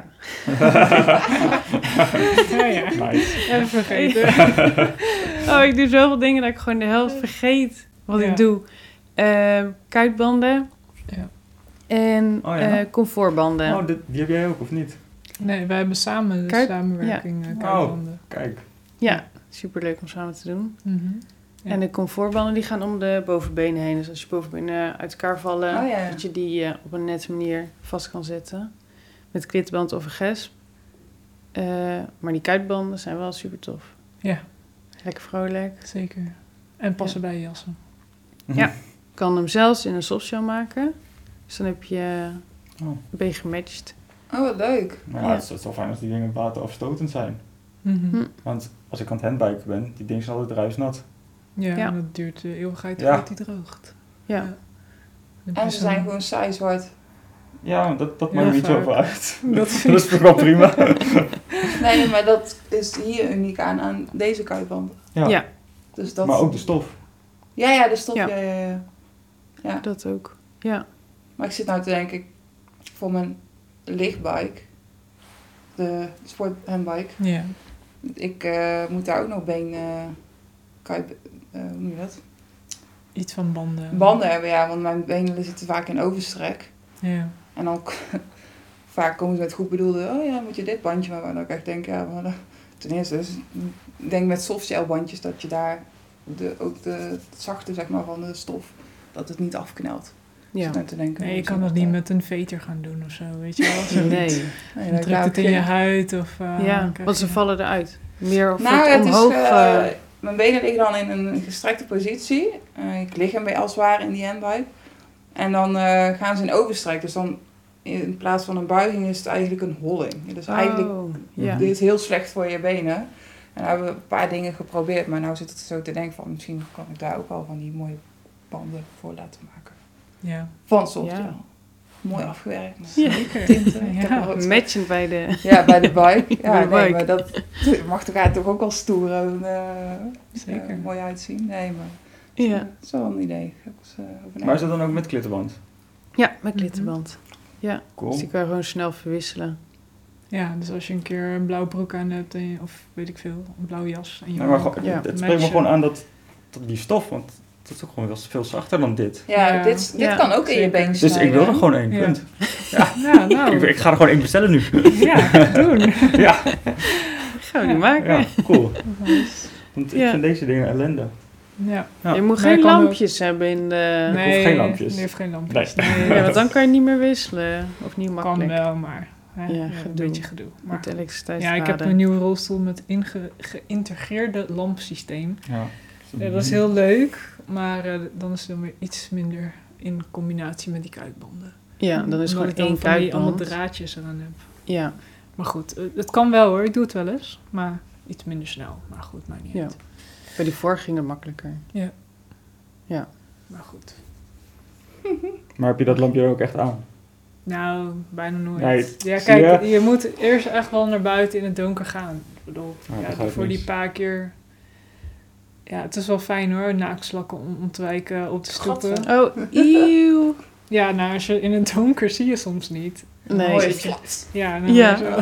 [SPEAKER 4] Ja, ja.
[SPEAKER 1] Nice.
[SPEAKER 4] Even vergeten.
[SPEAKER 3] Oh, ik doe zoveel dingen dat ik gewoon de helft vergeet wat
[SPEAKER 4] Ja.
[SPEAKER 3] ik doe. Uh, kuitbanden.
[SPEAKER 4] Ja.
[SPEAKER 3] En
[SPEAKER 1] Oh ja?
[SPEAKER 3] uh, comfortbanden.
[SPEAKER 1] Oh, dit, die heb jij ook, of niet?
[SPEAKER 4] Nee, wij hebben samen de
[SPEAKER 3] Kuit-
[SPEAKER 4] samenwerking ja. kuitbanden.
[SPEAKER 1] Kijk.
[SPEAKER 3] Ja, superleuk om samen te doen.
[SPEAKER 4] Mm-hmm. Ja.
[SPEAKER 3] En de comfortbanden die gaan om de bovenbenen heen. Dus als je bovenbenen uit elkaar vallen,
[SPEAKER 2] Oh, ja.
[SPEAKER 3] dat je die uh, op een nette manier vast kan zetten. Met klitband of een gesp. Uh, maar die kuitbanden zijn wel super tof.
[SPEAKER 4] Ja.
[SPEAKER 3] Lekker vrolijk.
[SPEAKER 4] Zeker. En passen bij je jassen.
[SPEAKER 3] Ja. Kan hem zelfs in een softshell maken. Dus dan heb je
[SPEAKER 1] Oh.
[SPEAKER 3] een beetje gematcht.
[SPEAKER 2] Oh, wat leuk.
[SPEAKER 1] Nou, ja,
[SPEAKER 3] Ja.
[SPEAKER 1] het, is, het is wel fijn als die dingen waterafstotend zijn.
[SPEAKER 4] Mm-hmm.
[SPEAKER 3] Hm.
[SPEAKER 1] Want als ik aan het handbiken ben, die dingen zijn altijd ruisnat.
[SPEAKER 4] Ja,
[SPEAKER 3] Ja.
[SPEAKER 4] en dat duurt de eeuwigheid
[SPEAKER 1] Ja.
[SPEAKER 4] voordat die droogt.
[SPEAKER 3] Ja.
[SPEAKER 4] Dan heb
[SPEAKER 2] En
[SPEAKER 4] je
[SPEAKER 2] ze
[SPEAKER 4] zo'n-
[SPEAKER 2] zijn gewoon saai zwart.
[SPEAKER 1] Ja, dat, dat
[SPEAKER 4] Ja,
[SPEAKER 1] maakt niet
[SPEAKER 4] vaak.
[SPEAKER 1] zoveel uit.
[SPEAKER 4] Dat
[SPEAKER 1] Dat is toch wel prima.
[SPEAKER 2] Nee, maar dat is hier uniek aan, aan deze kuitbanden.
[SPEAKER 1] Ja.
[SPEAKER 3] Ja.
[SPEAKER 2] Dus dat...
[SPEAKER 1] Maar ook de stof.
[SPEAKER 2] Ja, ja, de stof, ja,
[SPEAKER 3] Ja.
[SPEAKER 2] ja, ja. ja.
[SPEAKER 3] Dat ook. Ja.
[SPEAKER 2] Maar ik zit nou te denken, voor mijn lichtbike, de sporthandbike,
[SPEAKER 4] Ja.
[SPEAKER 2] ik uh, moet daar ook nog been, uh, kuip, uh, hoe noem je dat?
[SPEAKER 4] Iets van banden.
[SPEAKER 2] Banden hebben, ja, want mijn benen zitten vaak in overstrek.
[SPEAKER 4] Ja.
[SPEAKER 2] En dan vaak komen ze met goed bedoelde, oh ja, moet je dit bandje, maar dan ik echt denk, ja, maar dan, ten eerste, dus, ik denk met softshell bandjes dat je daar de, ook de het zachte, zeg maar, van de stof, dat het niet afknelt.
[SPEAKER 3] Ja.
[SPEAKER 2] Zit aan te denken,
[SPEAKER 4] Nee, je
[SPEAKER 2] hoe
[SPEAKER 4] kan
[SPEAKER 2] zit
[SPEAKER 4] dat niet
[SPEAKER 2] daar?
[SPEAKER 4] met een veter gaan doen of zo, weet je wel? Zoiets.
[SPEAKER 3] Nee.
[SPEAKER 2] Nee,
[SPEAKER 4] Dan
[SPEAKER 2] dat
[SPEAKER 4] drukt
[SPEAKER 2] gaat
[SPEAKER 4] het in je
[SPEAKER 2] geen-
[SPEAKER 4] huid of... Uh,
[SPEAKER 3] Ja,
[SPEAKER 4] dan krijg
[SPEAKER 3] want ze
[SPEAKER 4] je-
[SPEAKER 3] vallen eruit. Meer of
[SPEAKER 2] Nou,
[SPEAKER 3] het
[SPEAKER 2] het is,
[SPEAKER 3] omhoog...
[SPEAKER 2] uh,
[SPEAKER 3] uh,
[SPEAKER 2] mijn benen liggen dan in een gestrekte positie. Uh, ik lig hem als het ware in die handbike. En dan uh, gaan ze in overstrek. Dus dan in plaats van een buiging is het eigenlijk een holling. Dus eigenlijk
[SPEAKER 3] oh, ja.
[SPEAKER 2] dit is heel slecht voor je benen. En daar hebben we een paar dingen geprobeerd. Maar nou zit het zo te denken van misschien kan ik daar ook al van die mooie banden voor laten maken.
[SPEAKER 4] Ja,
[SPEAKER 2] van Softgel.
[SPEAKER 3] Ja.
[SPEAKER 2] Mooi afgewerkt. met
[SPEAKER 3] Ja.
[SPEAKER 4] zeker.
[SPEAKER 2] tinten. Ik heb
[SPEAKER 4] Ja.
[SPEAKER 2] er ook-
[SPEAKER 3] Matchend bij de...
[SPEAKER 2] Ja, bij de bike. Ja,
[SPEAKER 3] Bij de
[SPEAKER 2] nee,
[SPEAKER 3] bike.
[SPEAKER 2] maar dat mag toch eigenlijk toch ook wel stoer en eh,
[SPEAKER 4] Zeker.
[SPEAKER 2] eh, mooi uitzien. Nee, maar
[SPEAKER 3] Ja,
[SPEAKER 2] het is wel een idee. Ik heb eens, eh, over
[SPEAKER 1] Maar is dat dan ook met klittenband?
[SPEAKER 3] ja met klittenband. Ja,
[SPEAKER 1] Cool.
[SPEAKER 3] dus die kan je gewoon snel verwisselen.
[SPEAKER 4] Ja, dus als je een keer een blauwe broek aan hebt, en je- of weet ik veel, een blauwe jas. En je
[SPEAKER 1] Nee, maar
[SPEAKER 4] broek,
[SPEAKER 1] gewoon-
[SPEAKER 3] Ja.
[SPEAKER 1] het spreekt me
[SPEAKER 4] matchen.
[SPEAKER 1] gewoon aan dat, dat die stof, want dat is ook gewoon wel veel zachter dan dit.
[SPEAKER 2] Ja,
[SPEAKER 4] Ja.
[SPEAKER 2] dit, dit
[SPEAKER 3] Ja,
[SPEAKER 2] kan ook in je
[SPEAKER 4] zeker.
[SPEAKER 2] been
[SPEAKER 1] Dus
[SPEAKER 2] snijden.
[SPEAKER 1] ik wil er
[SPEAKER 2] hè?
[SPEAKER 1] gewoon één,
[SPEAKER 4] Ja.
[SPEAKER 1] punt.
[SPEAKER 4] Ja,
[SPEAKER 1] Ik,
[SPEAKER 4] nou.
[SPEAKER 1] ik ga er gewoon één bestellen nu.
[SPEAKER 4] Ja, doen.
[SPEAKER 1] ja,
[SPEAKER 3] Gaan we die
[SPEAKER 4] Ja.
[SPEAKER 3] maken?
[SPEAKER 1] ja, cool. Want ik
[SPEAKER 3] Ja.
[SPEAKER 1] vind deze dingen ellende.
[SPEAKER 4] Ja.
[SPEAKER 1] Ja.
[SPEAKER 3] Je moet
[SPEAKER 4] Maar
[SPEAKER 3] geen
[SPEAKER 4] je kan
[SPEAKER 3] lampjes hebben in de...
[SPEAKER 1] Nee. hoef geen lampjes.
[SPEAKER 4] Die heeft geen lampjes.
[SPEAKER 1] Nee.
[SPEAKER 4] Nee,
[SPEAKER 3] Ja, want dan kan je niet meer wisselen. Of niet
[SPEAKER 4] kan
[SPEAKER 3] makkelijk.
[SPEAKER 4] wel, maar hè,
[SPEAKER 3] Ja,
[SPEAKER 4] ja, een
[SPEAKER 3] gedoe.
[SPEAKER 4] beetje gedoe. Maar,
[SPEAKER 3] Met elektriciteit.
[SPEAKER 4] ja, ik heb een nieuwe rolstoel met inge- geïntegreerde lampsysteem.
[SPEAKER 1] Ja.
[SPEAKER 4] Ja, dat is heel leuk, maar eh, dan is het dan weer iets minder in combinatie met die kuitbanden.
[SPEAKER 3] Ja, dan is het
[SPEAKER 4] Omdat
[SPEAKER 3] gewoon
[SPEAKER 4] ik dan
[SPEAKER 3] één
[SPEAKER 4] van die allemaal
[SPEAKER 3] kuitband.
[SPEAKER 4] draadjes eraan heb.
[SPEAKER 3] Ja,
[SPEAKER 4] Maar goed, eh, het kan wel hoor, ik doe het wel eens, maar iets minder snel. Maar goed, maakt niet
[SPEAKER 3] Ja.
[SPEAKER 4] uit.
[SPEAKER 3] bij die vorige ging het makkelijker.
[SPEAKER 4] Maar goed.
[SPEAKER 1] Maar heb je dat lampje er ook echt aan?
[SPEAKER 4] Nou, bijna nooit.
[SPEAKER 1] Nee,
[SPEAKER 4] ja,
[SPEAKER 1] zie
[SPEAKER 4] kijk,
[SPEAKER 1] je?
[SPEAKER 4] je moet eerst echt wel naar buiten in het donker gaan. Ik bedoel,
[SPEAKER 1] Ja,
[SPEAKER 4] ja,
[SPEAKER 1] begrijp
[SPEAKER 4] voor
[SPEAKER 1] niks.
[SPEAKER 4] die paar keer... Ja, het is wel fijn hoor, naaktslakken om, om te wijken op de stoepen.
[SPEAKER 2] Gatsen.
[SPEAKER 3] Oh, eeuw.
[SPEAKER 4] Ja, nou, als je in het donker zie je soms niet.
[SPEAKER 3] Nee.
[SPEAKER 2] Mooi
[SPEAKER 4] zit je-
[SPEAKER 2] flat.
[SPEAKER 4] Ja, dan
[SPEAKER 3] Ja.
[SPEAKER 4] zo.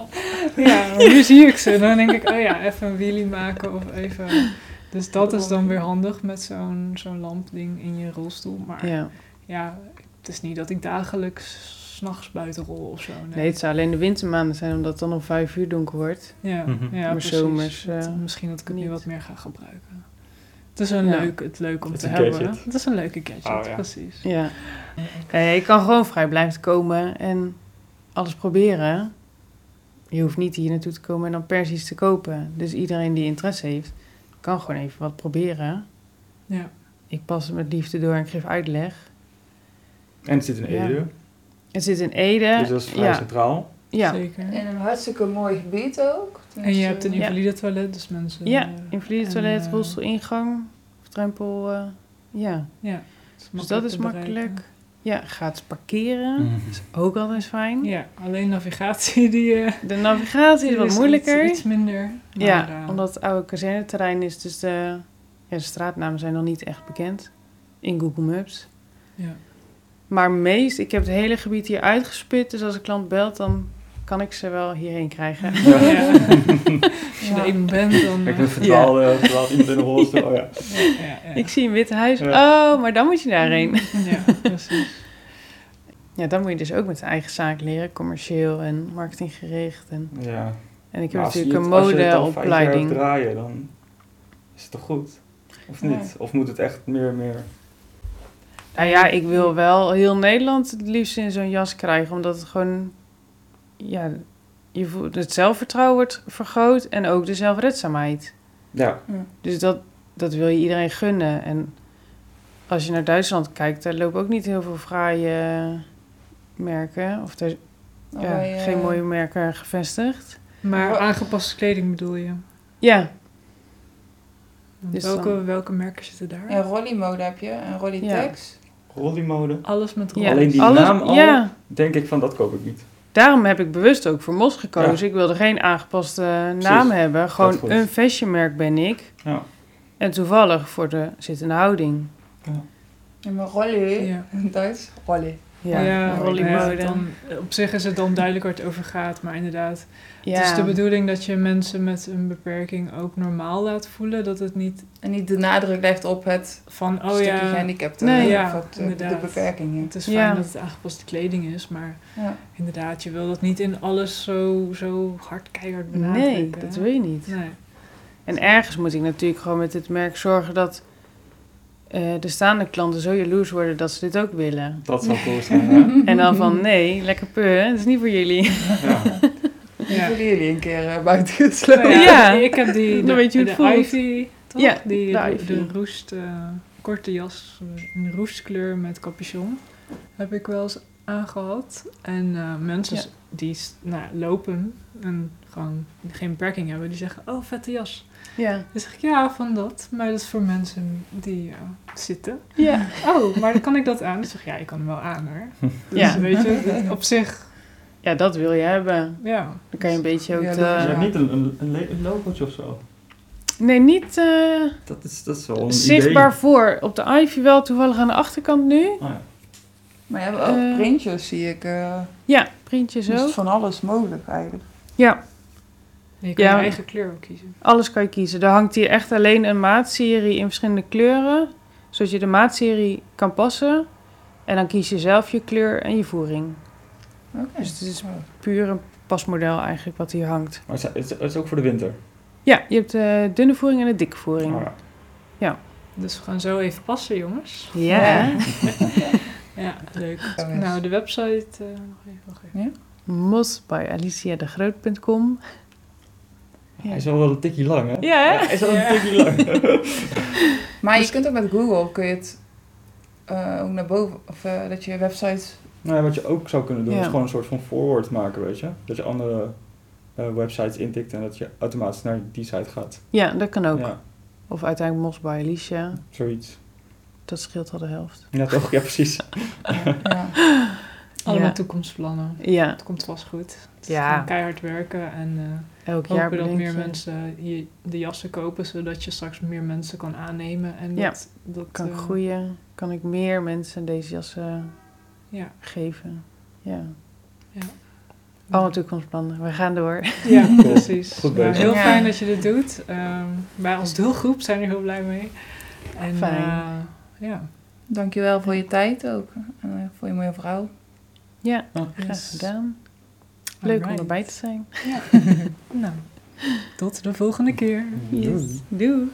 [SPEAKER 4] Ja, maar nu zie ik ze. Dan denk ik, oh ja, even een wheelie maken of even... Dus dat is dan weer handig met zo'n zo'n lampding in je rolstoel. Maar ja.
[SPEAKER 3] Ja.
[SPEAKER 4] het is niet dat ik dagelijks 's nachts buiten rol of zo.
[SPEAKER 3] Nee, het zou alleen de wintermaanden zijn, omdat het dan om vijf uur donker wordt.
[SPEAKER 4] Ja,
[SPEAKER 1] Mhm.
[SPEAKER 4] ja
[SPEAKER 3] Maar
[SPEAKER 4] precies.
[SPEAKER 3] zomers, eh,
[SPEAKER 4] Dat- misschien dat ik het nu
[SPEAKER 3] niet.
[SPEAKER 4] wat meer ga gebruiken. Het is een
[SPEAKER 3] Ja.
[SPEAKER 4] leuk, het leuk om
[SPEAKER 1] Het
[SPEAKER 4] te
[SPEAKER 1] is een
[SPEAKER 4] hebben.
[SPEAKER 1] gadget.
[SPEAKER 4] Het is een leuke gadget,
[SPEAKER 1] Oh, ja.
[SPEAKER 4] precies.
[SPEAKER 3] Ja. Nee, je kan gewoon vrij blijven komen en alles proberen. Je hoeft niet hier naartoe te komen en dan per se iets te kopen. Dus iedereen die interesse heeft, kan gewoon even wat proberen.
[SPEAKER 4] Ja.
[SPEAKER 3] Ik pas het met liefde door en ik geef uitleg.
[SPEAKER 1] En het zit in
[SPEAKER 3] Ja.
[SPEAKER 1] Ede,
[SPEAKER 3] Het zit in Ede.
[SPEAKER 1] dus dat is vrij
[SPEAKER 3] ja,
[SPEAKER 1] centraal.
[SPEAKER 3] ja.
[SPEAKER 4] Zeker.
[SPEAKER 2] In een hartstikke mooi gebied ook.
[SPEAKER 4] En je hebt een
[SPEAKER 3] Ja.
[SPEAKER 4] invalide toilet, dus mensen...
[SPEAKER 3] Ja,
[SPEAKER 4] eh,
[SPEAKER 3] invalide
[SPEAKER 4] en,
[SPEAKER 3] toilet,
[SPEAKER 4] eh,
[SPEAKER 3] rolstoelingang, of drempel. eh, ja,
[SPEAKER 4] Ja,
[SPEAKER 3] dus dat is
[SPEAKER 4] te bereiken.
[SPEAKER 3] makkelijk. Ja, gratis parkeren.
[SPEAKER 1] Mhm.
[SPEAKER 3] is ook altijd fijn.
[SPEAKER 4] Ja, alleen navigatie die... eh,
[SPEAKER 3] De navigatie is
[SPEAKER 4] die
[SPEAKER 3] wat
[SPEAKER 4] iets-
[SPEAKER 3] moeilijker.
[SPEAKER 4] Iets, minder. Maar,
[SPEAKER 3] ja,
[SPEAKER 4] eh,
[SPEAKER 3] omdat het oude kazerneterrein is, dus de, ja, de straatnamen zijn nog niet echt bekend in Google Maps.
[SPEAKER 4] ja.
[SPEAKER 3] Maar meest, ik heb het hele gebied hier uitgespit, dus als een klant belt, dan kan ik ze wel hierheen krijgen.
[SPEAKER 1] Ja.
[SPEAKER 4] Ja. Als je er eenmaal bent, dan...
[SPEAKER 1] Ik
[SPEAKER 4] eh,
[SPEAKER 1] ben verdwaald, verdwaald iemand in de rolstoel. Oh ja.
[SPEAKER 4] ja, ja, ja.
[SPEAKER 3] Ik zie een witte huis,
[SPEAKER 1] Ja.
[SPEAKER 3] oh, maar dan moet je daarheen.
[SPEAKER 4] Ja, precies.
[SPEAKER 3] Ja, dan moet je dus ook met de eigen zaak leren, commercieel en marketinggericht. En,
[SPEAKER 1] Ja.
[SPEAKER 3] en ik heb
[SPEAKER 1] Maar als je
[SPEAKER 3] natuurlijk een
[SPEAKER 1] het- als je het al vijf jaar
[SPEAKER 3] modeopleiding.
[SPEAKER 1] draaien, dan is het toch goed? Of
[SPEAKER 2] Ja.
[SPEAKER 1] niet? Of moet het echt meer, meer...
[SPEAKER 3] Nou ja, ik wil wel heel Nederland het liefst in zo'n jas krijgen, omdat het gewoon, ja, je voelt, het zelfvertrouwen wordt vergroot en ook de zelfredzaamheid.
[SPEAKER 1] Ja,
[SPEAKER 3] Dus dat, dat wil je iedereen gunnen. En als je naar Duitsland kijkt, daar lopen ook niet heel veel fraaie merken, of er
[SPEAKER 2] Oh,
[SPEAKER 3] ja,
[SPEAKER 2] bij, eh,
[SPEAKER 3] geen mooie merken gevestigd.
[SPEAKER 4] Maar
[SPEAKER 2] Wa-
[SPEAKER 4] aangepaste kleding bedoel je?
[SPEAKER 3] Ja,
[SPEAKER 4] Want
[SPEAKER 3] Dus
[SPEAKER 4] welke,
[SPEAKER 3] dan-
[SPEAKER 4] welke merken zitten daar?
[SPEAKER 2] En Rolly-mode heb je, en Rolly-Tex.
[SPEAKER 1] rolliemode.
[SPEAKER 4] Alles met
[SPEAKER 3] ja.
[SPEAKER 1] Alleen die
[SPEAKER 3] alles,
[SPEAKER 1] naam al?
[SPEAKER 3] Ja,
[SPEAKER 1] Denk ik van, dat koop ik niet.
[SPEAKER 3] daarom heb ik bewust ook voor Mos gekozen.
[SPEAKER 1] Ja.
[SPEAKER 3] Ik wilde geen aangepaste naam hebben. Gewoon
[SPEAKER 1] goed.
[SPEAKER 3] een fashionmerk ben ik.
[SPEAKER 1] Ja.
[SPEAKER 3] En toevallig voor de zittende houding.
[SPEAKER 2] En mijn Rolly,
[SPEAKER 4] Ja.
[SPEAKER 2] in Duits, Rolly.
[SPEAKER 3] Ja,
[SPEAKER 4] ja,
[SPEAKER 3] rolly
[SPEAKER 4] ja,
[SPEAKER 3] mode.
[SPEAKER 4] dan, op zich is het dan duidelijk waar het over gaat, maar inderdaad.
[SPEAKER 3] Ja.
[SPEAKER 4] Het is de bedoeling dat je mensen met een beperking ook normaal laat voelen. Dat het niet
[SPEAKER 2] En niet de nadruk legt op het
[SPEAKER 4] van, oh
[SPEAKER 2] stukje
[SPEAKER 4] ja,
[SPEAKER 2] gehandicapten.
[SPEAKER 3] Nee.
[SPEAKER 2] of
[SPEAKER 4] Ja,
[SPEAKER 2] het, eh, de
[SPEAKER 4] inderdaad.
[SPEAKER 2] beperking.
[SPEAKER 4] het is
[SPEAKER 3] Ja.
[SPEAKER 4] fijn dat het aangepaste kleding is, maar
[SPEAKER 2] Ja.
[SPEAKER 4] inderdaad, je wil dat niet in alles zo, zo hard keihard benadrukken.
[SPEAKER 3] Nee, dat wil je niet.
[SPEAKER 4] Nee.
[SPEAKER 3] En ergens moet ik natuurlijk gewoon met dit merk zorgen dat eh, de staande klanten zo jaloers worden dat ze dit ook willen.
[SPEAKER 1] Dat zou cool zijn, hè?
[SPEAKER 3] En dan van, nee, lekker peur, dat is niet voor jullie.
[SPEAKER 1] Ja.
[SPEAKER 2] Die
[SPEAKER 4] Ja.
[SPEAKER 2] willen jullie een keer uh, buiten gesloten.
[SPEAKER 4] Nou
[SPEAKER 3] Ja.
[SPEAKER 4] ik heb die,
[SPEAKER 3] Dan
[SPEAKER 4] de,
[SPEAKER 3] weet je hoe
[SPEAKER 4] de
[SPEAKER 3] het voelt.
[SPEAKER 4] Ivy, toch?
[SPEAKER 3] Ja,
[SPEAKER 4] die,
[SPEAKER 3] de
[SPEAKER 4] de,
[SPEAKER 3] Ivy.
[SPEAKER 4] de roest, eh, korte jas, een roestkleur met capuchon. heb ik wel eens aangehad. En uh, mensen
[SPEAKER 3] Ja.
[SPEAKER 4] die nou, lopen en gewoon geen beperking hebben, die zeggen, oh, vette jas.
[SPEAKER 3] Ja.
[SPEAKER 4] Dan zeg ik, ja, van dat. Maar dat is voor mensen die uh, zitten.
[SPEAKER 3] Ja.
[SPEAKER 4] Oh, maar dan kan ik dat aan? Dan zeg ik, ja, ik kan hem wel aan, hoor. Dus
[SPEAKER 3] Ja.
[SPEAKER 4] weet je, op zich,
[SPEAKER 3] Ja, dat wil je hebben.
[SPEAKER 4] ja.
[SPEAKER 3] Dan kan je een beetje ook...
[SPEAKER 2] Ja,
[SPEAKER 3] de-
[SPEAKER 2] dat
[SPEAKER 1] Je
[SPEAKER 2] is
[SPEAKER 1] hebt niet een, een, een, le- een logootje of zo.
[SPEAKER 3] Nee, niet eh,
[SPEAKER 1] Dat is, dat is wel een
[SPEAKER 3] zichtbaar
[SPEAKER 1] idee.
[SPEAKER 3] voor. Op de Ivy wel toevallig aan de achterkant nu.
[SPEAKER 1] Oh, ja.
[SPEAKER 2] Maar je hebt ook
[SPEAKER 3] Eh.
[SPEAKER 2] printjes, zie ik. eh
[SPEAKER 3] Ja, printjes
[SPEAKER 2] dus
[SPEAKER 3] ook.
[SPEAKER 2] van alles mogelijk eigenlijk.
[SPEAKER 3] Ja,
[SPEAKER 4] Je kan
[SPEAKER 3] Ja.
[SPEAKER 4] je eigen kleur ook kiezen.
[SPEAKER 3] alles kan je kiezen. Er hangt hier echt alleen een maatserie in verschillende kleuren. Zodat je de maatserie kan passen. En dan kies je zelf je kleur en je voering.
[SPEAKER 2] Oké.
[SPEAKER 3] Dus het is
[SPEAKER 2] Oh.
[SPEAKER 3] puur een pasmodel eigenlijk wat hier hangt.
[SPEAKER 1] Maar het is, het is ook voor de winter.
[SPEAKER 3] Ja, je hebt de dunne voering en de dikke voering.
[SPEAKER 1] Oh, ja.
[SPEAKER 4] Dus we gaan zo even passen, jongens.
[SPEAKER 3] Ja.
[SPEAKER 4] Ja, leuk.
[SPEAKER 2] Zo is.
[SPEAKER 4] Nou, de website... uh, nog even, wacht even.
[SPEAKER 3] mos bij alicia de groot punt com.
[SPEAKER 1] Hij is wel wel een tikje lang, hè?
[SPEAKER 3] Ja, hè?
[SPEAKER 1] hij is wel
[SPEAKER 4] Ja.
[SPEAKER 1] een tikje lang.
[SPEAKER 2] Maar je kunt ook met Google, kun je het eh, ook naar boven, of eh, dat je website...
[SPEAKER 1] Nou ja, wat je ook zou kunnen doen,
[SPEAKER 3] Ja.
[SPEAKER 1] is gewoon een soort van forward maken, weet je? Dat je andere eh, websites intikt en dat je automatisch naar die site gaat.
[SPEAKER 3] Ja, dat kan ook.
[SPEAKER 1] Ja,
[SPEAKER 3] Of uiteindelijk Mos bij Alicia.
[SPEAKER 1] zoiets.
[SPEAKER 3] Dat scheelt al de helft.
[SPEAKER 1] Ja, toch? Ja, precies.
[SPEAKER 2] Ja.
[SPEAKER 4] Allemaal
[SPEAKER 3] Ja.
[SPEAKER 4] toekomstplannen.
[SPEAKER 3] Ja,
[SPEAKER 4] Het komt vast goed. Het is
[SPEAKER 3] Ja.
[SPEAKER 4] gewoon keihard werken en uh,
[SPEAKER 3] elk jaar
[SPEAKER 4] hopen dat
[SPEAKER 3] bedenk
[SPEAKER 4] meer
[SPEAKER 3] je.
[SPEAKER 4] mensen hier de jassen kopen, zodat je straks meer mensen kan aannemen. En
[SPEAKER 3] Ja.
[SPEAKER 4] dat, dat
[SPEAKER 3] Kan ik
[SPEAKER 4] uh,
[SPEAKER 3] groeien? Kan ik meer mensen deze jassen
[SPEAKER 4] Ja.
[SPEAKER 3] geven? Ja.
[SPEAKER 4] Ja.
[SPEAKER 3] Allemaal toekomstplannen. We gaan door.
[SPEAKER 4] Ja,
[SPEAKER 1] Cool.
[SPEAKER 4] precies.
[SPEAKER 1] Goed
[SPEAKER 4] Maar
[SPEAKER 1] bezig.
[SPEAKER 4] heel
[SPEAKER 2] Ja.
[SPEAKER 4] fijn dat je dit doet. Um, wij als doelgroep zijn er heel blij mee. En,
[SPEAKER 3] Fijn.
[SPEAKER 4] uh, ja.
[SPEAKER 2] Dankjewel voor je tijd ook. En uh, voor je mooie vrouw.
[SPEAKER 3] Ja,
[SPEAKER 1] Ja.
[SPEAKER 3] graag
[SPEAKER 4] Yes.
[SPEAKER 3] gedaan. Leuk om
[SPEAKER 4] Alright.
[SPEAKER 3] erbij te zijn.
[SPEAKER 4] Ja. Nou, tot de volgende keer.
[SPEAKER 3] Yes. Doei.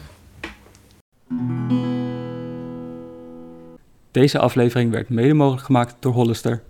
[SPEAKER 1] Deze aflevering werd mede mogelijk gemaakt door Hollister.